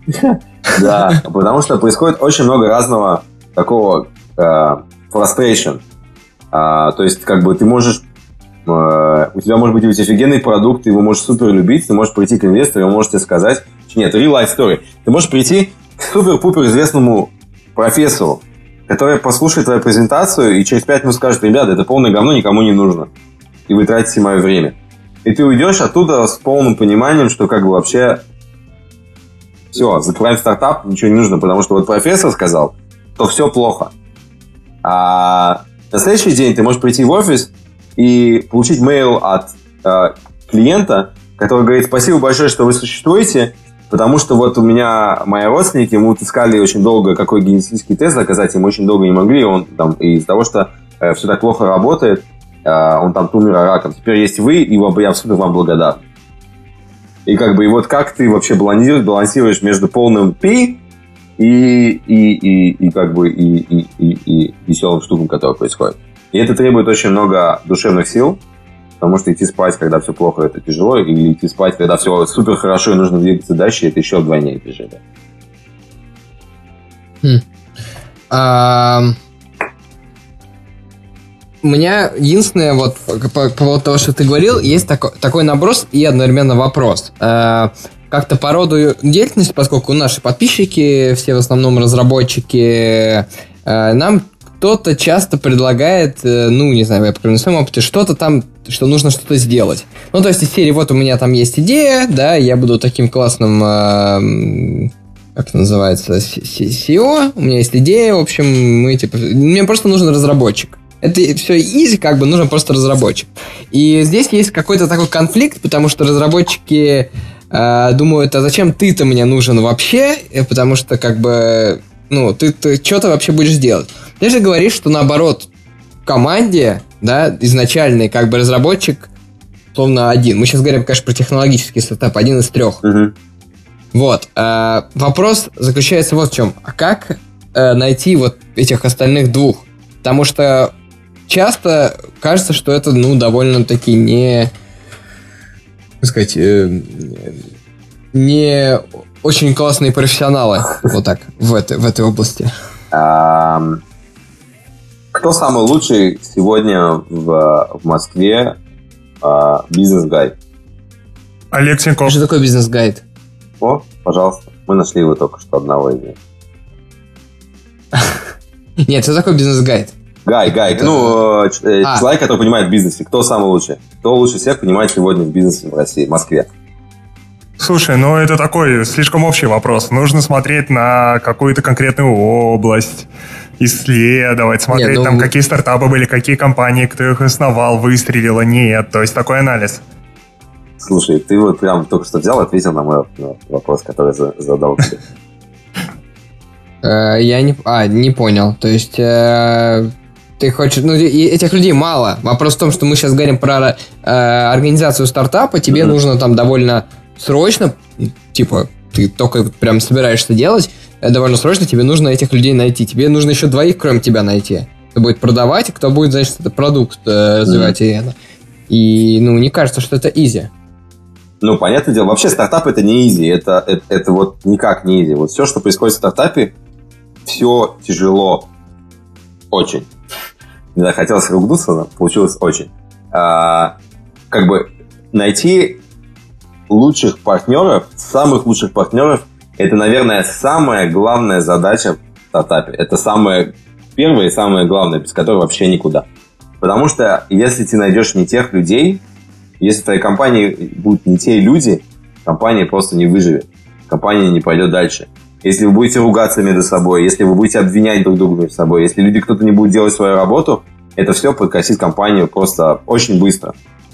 Да, потому что происходит очень много разного такого э, frustration. Э, то есть, как бы ты можешь... Э, у тебя может быть ведь офигенный продукт, ты его можешь супер любить, ты можешь прийти к инвестору, и он может тебе сказать... Нет, real life story. Ты можешь прийти к супер-пупер известному профессору, который послушает твою презентацию и через пять минут скажет: ребята, это полное говно, никому не нужно. И вы тратите мое время. И ты уйдешь оттуда с полным пониманием, что как бы вообще все, закрываем стартап, ничего не нужно, потому что вот профессор сказал, то все плохо. А на следующий день ты можешь прийти в офис и получить мейл от э, клиента, который говорит: спасибо большое, что вы существуете, потому что вот у меня мои родственники, мы искали очень долго, какой генетический тест заказать, и мы очень долго не могли, он там, и из-за того, что э, все так плохо работает, э, он там умер раком. Теперь есть вы, и я супер вам благодарен. И как бы, и вот как ты вообще балансируешь, балансируешь между полным пи и, и, и, и как бы и, и, и, и веселым штукам, которые происходят. И это требует очень много душевных сил, потому что идти спать, когда все плохо, это тяжело, или идти спать, когда все супер хорошо и нужно двигаться дальше, это еще вдвойне тяжелее. Хм. А... У меня единственное, вот по, по поводу того, что ты говорил, есть такой, такой наброс и одновременно вопрос. А, как-то по роду деятельности, поскольку наши подписчики, все в основном разработчики, а, нам кто-то часто предлагает, ну, не знаю, я покажу на своем опыте, что-то там, что нужно что-то сделать. Ну, то есть из серии: вот у меня там есть идея, да, я буду таким классным, э, как это называется, си и о, у меня есть идея, в общем, мы типа, мне просто нужен разработчик. Это все easy, как бы, нужен просто разработчик. И здесь есть какой-то такой конфликт, потому что разработчики э, думают: а зачем ты-то мне нужен вообще, потому что, как бы, ну, ты, ты что-то вообще будешь делать. Ты же говоришь, что наоборот, в команде, да, изначальный, как бы, разработчик условно, один. Мы сейчас говорим, конечно, про технологический стартап, один из трех. Угу. Вот. Э, вопрос заключается вот в чем. А как э, найти вот этих остальных двух? Потому что часто кажется, что это, ну, довольно-таки не... Как сказать... Э, не очень классные профессионалы. Вот так, в этой, в этой области. Кто самый лучший сегодня в, в Москве бизнес-гайд? Олег Сенков. Что такое бизнес-гайд? О, пожалуйста. Мы нашли его только что одного из них. Нет, что такое бизнес-гайд? Гай, Гай. Ну, человек, который понимает в бизнесе. Кто самый лучший? Кто лучше всех понимает сегодня в бизнесе в России, в Москве? Слушай, ну это такой слишком общий вопрос. Нужно смотреть на какую-то конкретную область, исследовать, смотреть нет, ну... там, какие стартапы были, какие компании, кто их основал, выстрелило, нет. То есть такой анализ. Слушай, ты вот прям только что взял и ответил на мой вопрос, который задал тебе. Я не... А, не понял. То есть... Ты хочешь... Ну, этих людей мало. Вопрос в том, что мы сейчас говорим про организацию стартапа. Тебе нужно там довольно... срочно, типа, ты только прям собираешься делать, довольно срочно тебе нужно этих людей найти. Тебе нужно еще двоих, кроме тебя, найти. Кто будет продавать, и кто будет, значит, этот продукт э, развивать. Mm-hmm. И, ну, не кажется, что это изи. Ну, понятное дело. Вообще, стартап это не изи. Это, это, это вот никак не изи. Вот все, что происходит в стартапе, все тяжело. Очень. Не знаю, хотелось ругнуться, но получилось очень. А, как бы найти лучших партнеров, самых лучших партнеров, это, наверное, самая главная задача в стартапе. Это самое первое и самое главное, без которого вообще никуда. Потому что если ты найдешь не тех людей, если в твоей компании будут не те люди, компания просто не выживет. Компания не пойдет дальше. Если вы будете ругаться между собой, если вы будете обвинять друг друга между собой, если люди, кто-то не будет делать свою работу, это все подкосит компанию просто очень быстро.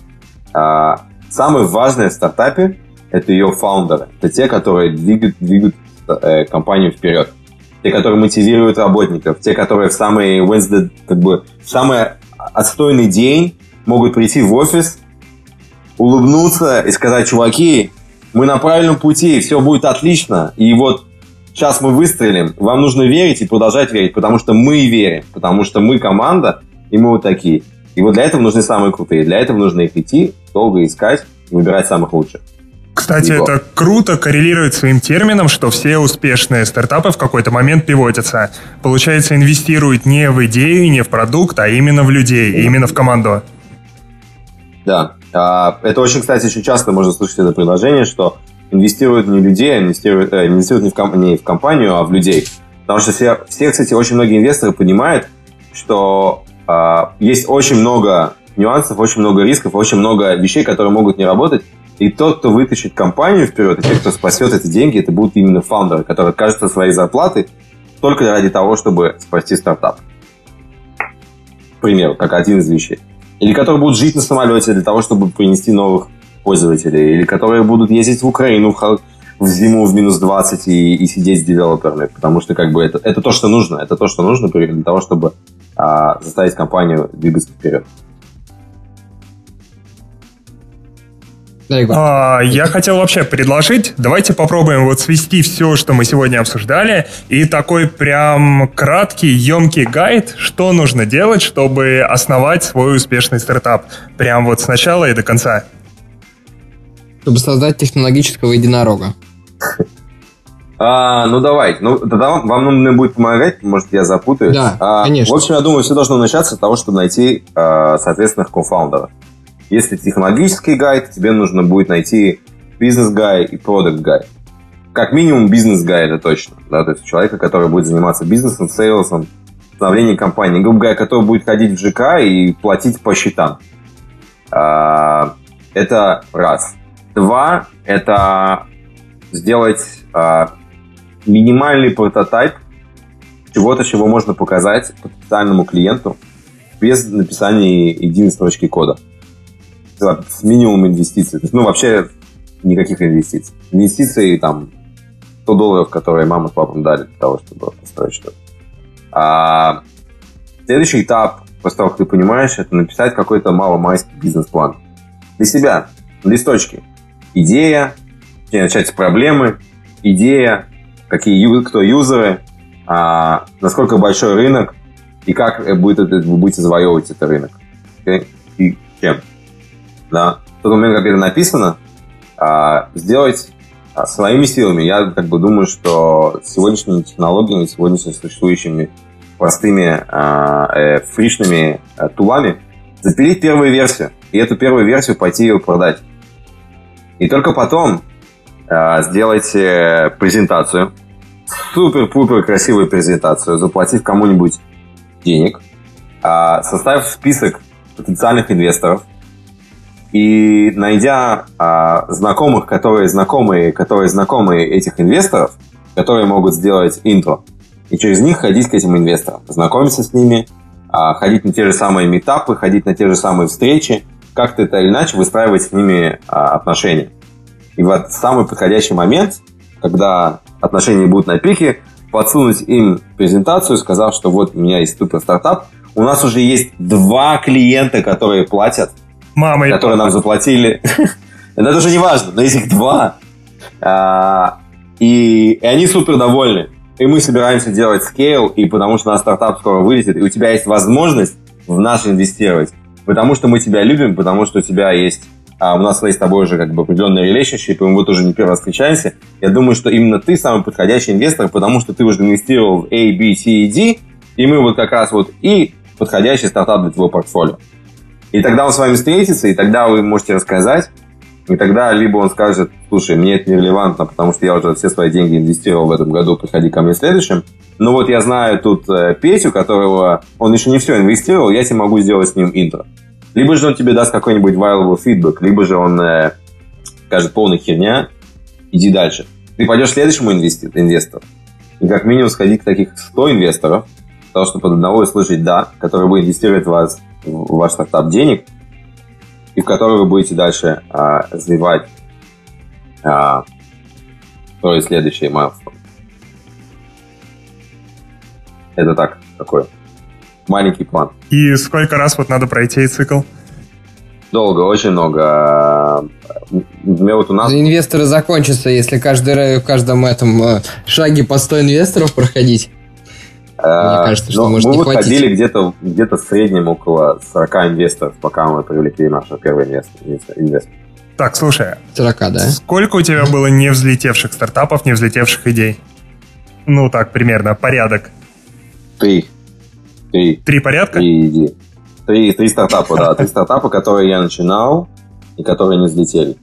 Самое важное в стартапе – это ее фаундеры. Это те, которые двигают, двигают э, компанию вперед. Те, которые мотивируют работников. Те, которые в самый, Wednesday, как бы, в самый отстойный день могут прийти в офис, улыбнуться и сказать: чуваки, мы на правильном пути, все будет отлично. И вот сейчас мы выстрелим. Вам нужно верить и продолжать верить, потому что мы верим. Потому что мы команда, и мы вот такие. И вот для этого нужны самые крутые. Для этого нужно их идти, долго искать и выбирать самых лучших. Кстати, Его. это круто коррелирует своим термином, что все успешные стартапы в какой-то момент пивотятся. Получается, инвестируют не в идею, не в продукт, а именно в людей, mm-hmm. именно в команду. Да. Это очень, кстати, очень часто можно слышать это предложение, что инвестируют не в людей, а инвестируют, э, инвестируют не, в ком- не в компанию, а в людей. Потому что все, все, кстати, очень многие инвесторы понимают, что есть очень много нюансов, очень много рисков, очень много вещей, которые могут не работать. И тот, кто вытащит компанию вперед, и те, кто спасет эти деньги, это будут именно фаундеры, которые откажутся от своей зарплаты только ради того, чтобы спасти стартап. К примеру, как один из вещей. Или которые будут жить на самолете для того, чтобы принести новых пользователей. Или которые будут ездить в Украину в, в зиму в минус двадцать и, и сидеть с девелоперами. Потому что как бы это, это то, что нужно. Это то, что нужно для того, чтобы а, заставить компанию двигаться вперед. А, я хотел вообще предложить, давайте попробуем вот свести все, что мы сегодня обсуждали, и такой прям краткий, емкий гайд, что нужно делать, чтобы основать свой успешный стартап. Прям вот с начала и до конца. Чтобы создать технологического единорога. А, ну давай, ну тогда вам, вам нужно будет помогать, может я запутаюсь. Да, а, конечно. В общем, я думаю, все должно начаться с того, чтобы найти а, соответственных кофаундеров. Если технологический гайд, тебе нужно будет найти бизнес-гай и продакт-гай. Как минимум бизнес-гай, это точно. Да? То есть человека, который будет заниматься бизнесом, сейлсом, становлением компании. Грубо говоря, который будет ходить в ЖК и платить по счетам. А, это раз. Два, это сделать а, минимальный прототип чего-то, чего можно показать потенциальному клиенту без написания единой строчки кода. С минимумом инвестиций. То есть, ну, вообще никаких инвестиций. Инвестиции, там, сто долларов, которые мама с папой дали для того, чтобы построить что-то. А следующий этап, после того, как ты понимаешь, это написать какой-то маломайский бизнес-план. для себя листочки. Идея, начать с проблемы, идея, какие, кто юзеры, а, насколько большой рынок и как будет это, вы будете завоевывать этот рынок. Okay? И чем. Да. В тот момент, как это написано, а, сделать а, своими силами. Я как бы думаю, что с сегодняшними технологиями, сегодняшними существующими простыми а, э, фришными а, тулами запилить первую версию. И эту первую версию пойти ее продать. И только потом а, сделать э, презентацию. Супер-пупер красивую презентацию, заплатив кому-нибудь денег, а, составив список потенциальных инвесторов и найдя а, знакомых, которые знакомые, которые знакомые этих инвесторов, которые могут сделать интро, и через них ходить к этим инвесторам, знакомиться с ними, а, ходить на те же самые митапы, ходить на те же самые встречи, как-то это или иначе выстраивать с ними а, отношения. И в самый подходящий момент, когда отношения будут на пике, подсунуть им презентацию, сказав, что вот у меня есть супер стартап, у нас уже есть два клиента, которые платят, Мама и которые папа. нам заплатили. Это уже не важно, но есть их два. И они супер довольны. И мы собираемся делать скейл, и потому что наш стартап скоро вылетит, и у тебя есть возможность в нас инвестировать. Потому что мы тебя любим, потому что у тебя есть... А у нас есть с тобой уже как бы определенный relationship, и мы вот уже не первый раз встречаемся. Я думаю, что именно ты самый подходящий инвестор, потому что ты уже инвестировал в A, B, C и D, и мы вот как раз вот и подходящий стартап для твоего портфолио. И тогда он с вами встретится, и тогда вы можете рассказать, и тогда либо он скажет, слушай, мне это нерелевантно, потому что я уже все свои деньги инвестировал в этом году, приходи ко мне в следующем. Но вот я знаю тут э, Петю, которого он еще не все инвестировал, я тебе могу сделать с ним интро. Либо же он тебе даст какой-нибудь valuable feedback, либо же он э, скажет, полная херня, иди дальше. Ты пойдешь к следующему инвести- инвестору, и как минимум сходи к таких сто инвесторов, для того, чтобы под одного услышать «да», который будет инвестировать в, вас, в ваш стартап денег, и в который вы будете дальше а, развивать а, то и следующий milestone. Это так, такой маленький план. И сколько раз вот надо пройти цикл? Долго, очень много. Например, вот у нас... Инвесторы закончатся, если каждый, в каждом этом э, шаге по сто инвесторов проходить. Мне кажется, что Но может мы не вот хватить. ходили где-то, где-то в среднем около сорок инвесторов, пока мы привлекли нашего первого инвестора. Так, слушай. сорок, да? Сколько у тебя было не взлетевших стартапов, не взлетевших идей? Ну, так, примерно, порядок. Три. Три. Три порядка? Три идеи. Три, три стартапа, да. Три стартапа, которые я начинал и которые не взлетели.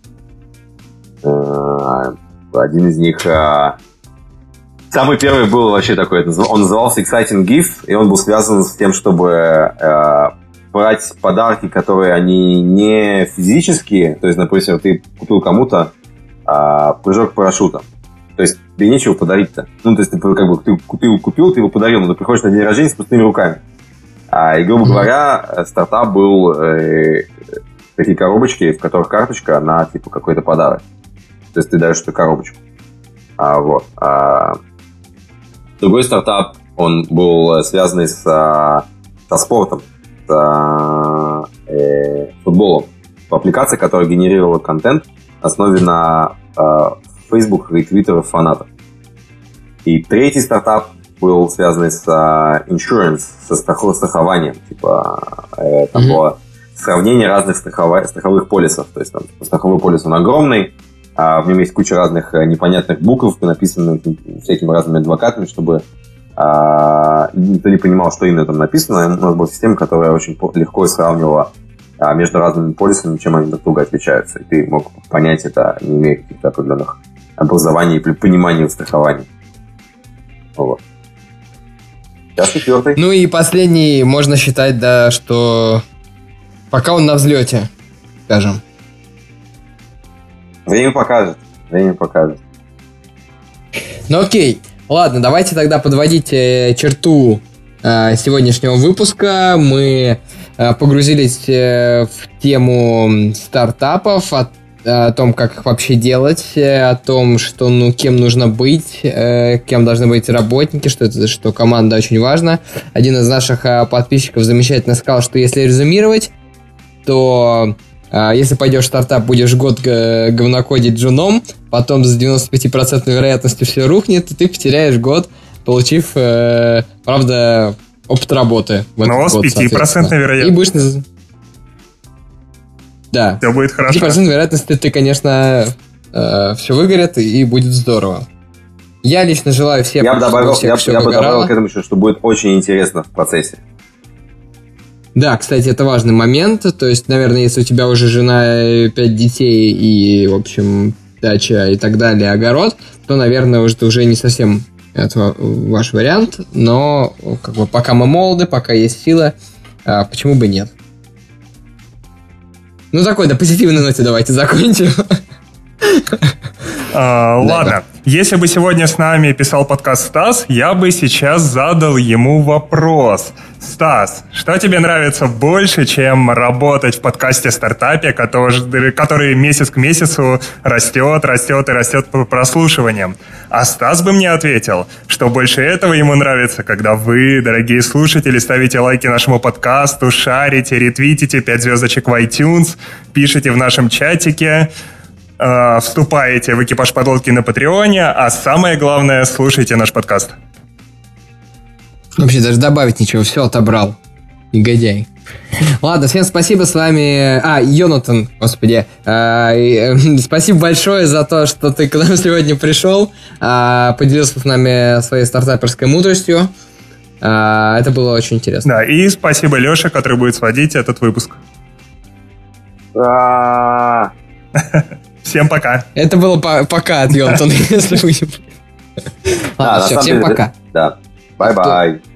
Один из них... Самый первый был вообще такой, он назывался Exciting Gift, и он был связан с тем, чтобы э, брать подарки, которые они не физические, то есть, например, ты купил кому-то э, прыжок парашютом, то есть тебе нечего подарить-то. Ну, то есть ты как бы ты купил, купил, ты его подарил, но ты приходишь на день рождения с пустыми руками. А, и, грубо говоря, стартап был э, такие коробочки, в которых карточка на типа какой-то подарок. То есть ты даешь эту коробочку. А, вот. А, другой стартап, он был связанный с, со спортом, с э, футболом. Аппликация, которая генерировала контент, основе на э, Facebook и Twitter фанатов. И третий стартап был связанный с uh, insurance, со страхов, страхованием. Типа, э, там mm-hmm. было сравнение разных страхов... страховых полисов. То есть там страховой полис, он огромный, а в нем есть куча разных непонятных букв, написанных всякими разными адвокатами, чтобы а, никто не понимал, что именно там написано. У нас была система, которая очень легко сравнивала а, между разными полисами, чем они друг друга отличаются. И ты мог понять это, не имея каких-то определенных образований и понимания в страховании. Вот. Сейчас четвертый. Ну и последний, можно считать, да, что пока он на взлете, скажем. Время покажет. Время покажет. Ну окей. Ладно, давайте тогда подводить э, черту э, сегодняшнего выпуска. Мы э, погрузились э, в тему стартапов, о, о том, как их вообще делать, э, о том, что, ну, кем нужно быть, э, кем должны быть работники, что это, что команда очень важна. Один из наших э, подписчиков замечательно сказал, что если резюмировать, то э, если пойдешь в стартап, будешь год г- говнокодить джуном, потом с девяносто пять процентов вероятностью все рухнет, и ты потеряешь год, получив, э, правда, опыт работы. Но с пять процентов вероятностью. И будешь... Да. Все будет хорошо. пять процентов вероятности ты, конечно, э, все выгорит, и будет здорово. Я лично желаю всем, я бы добавил, всех я, все я бы выгорало. добавил к этому еще, что будет очень интересно в процессе. Да, кстати, это важный момент. То есть, наверное, если у тебя уже жена, пять детей и, в общем, дача и так далее, огород, то, наверное, уже, это уже не совсем это ваш вариант. Но как бы, пока мы молоды, пока есть сила, а, почему бы нет? Ну, такой, на позитивной ноте давайте закончим. А, ладно. Да. Если бы сегодня с нами писал подкаст Стас, я бы сейчас задал ему вопрос. Стас, что тебе нравится больше, чем работать в подкасте-стартапе, который, который месяц к месяцу растет, растет и растет по прослушиваниям? А Стас бы мне ответил, что больше этого ему нравится, когда вы, дорогие слушатели, ставите лайки нашему подкасту, шарите, ретвитите, пять звездочек в iTunes, пишите в нашем чатике, вступаете в экипаж подлодки на Патреоне, а самое главное, слушайте наш подкаст. Вообще даже добавить ничего, все отобрал. Негодяй. Ладно, всем спасибо, с вами... А, Йонатан, господи. А, и, э, спасибо большое за то, что ты к нам сегодня пришел, а, поделился с нами своей стартаперской мудростью. А, это было очень интересно. Да, и спасибо Леше, который будет сводить этот выпуск. Всем пока. Это было по- пока от Йонатана, если вы... Ладно, все, всем пока. Да, бай-бай.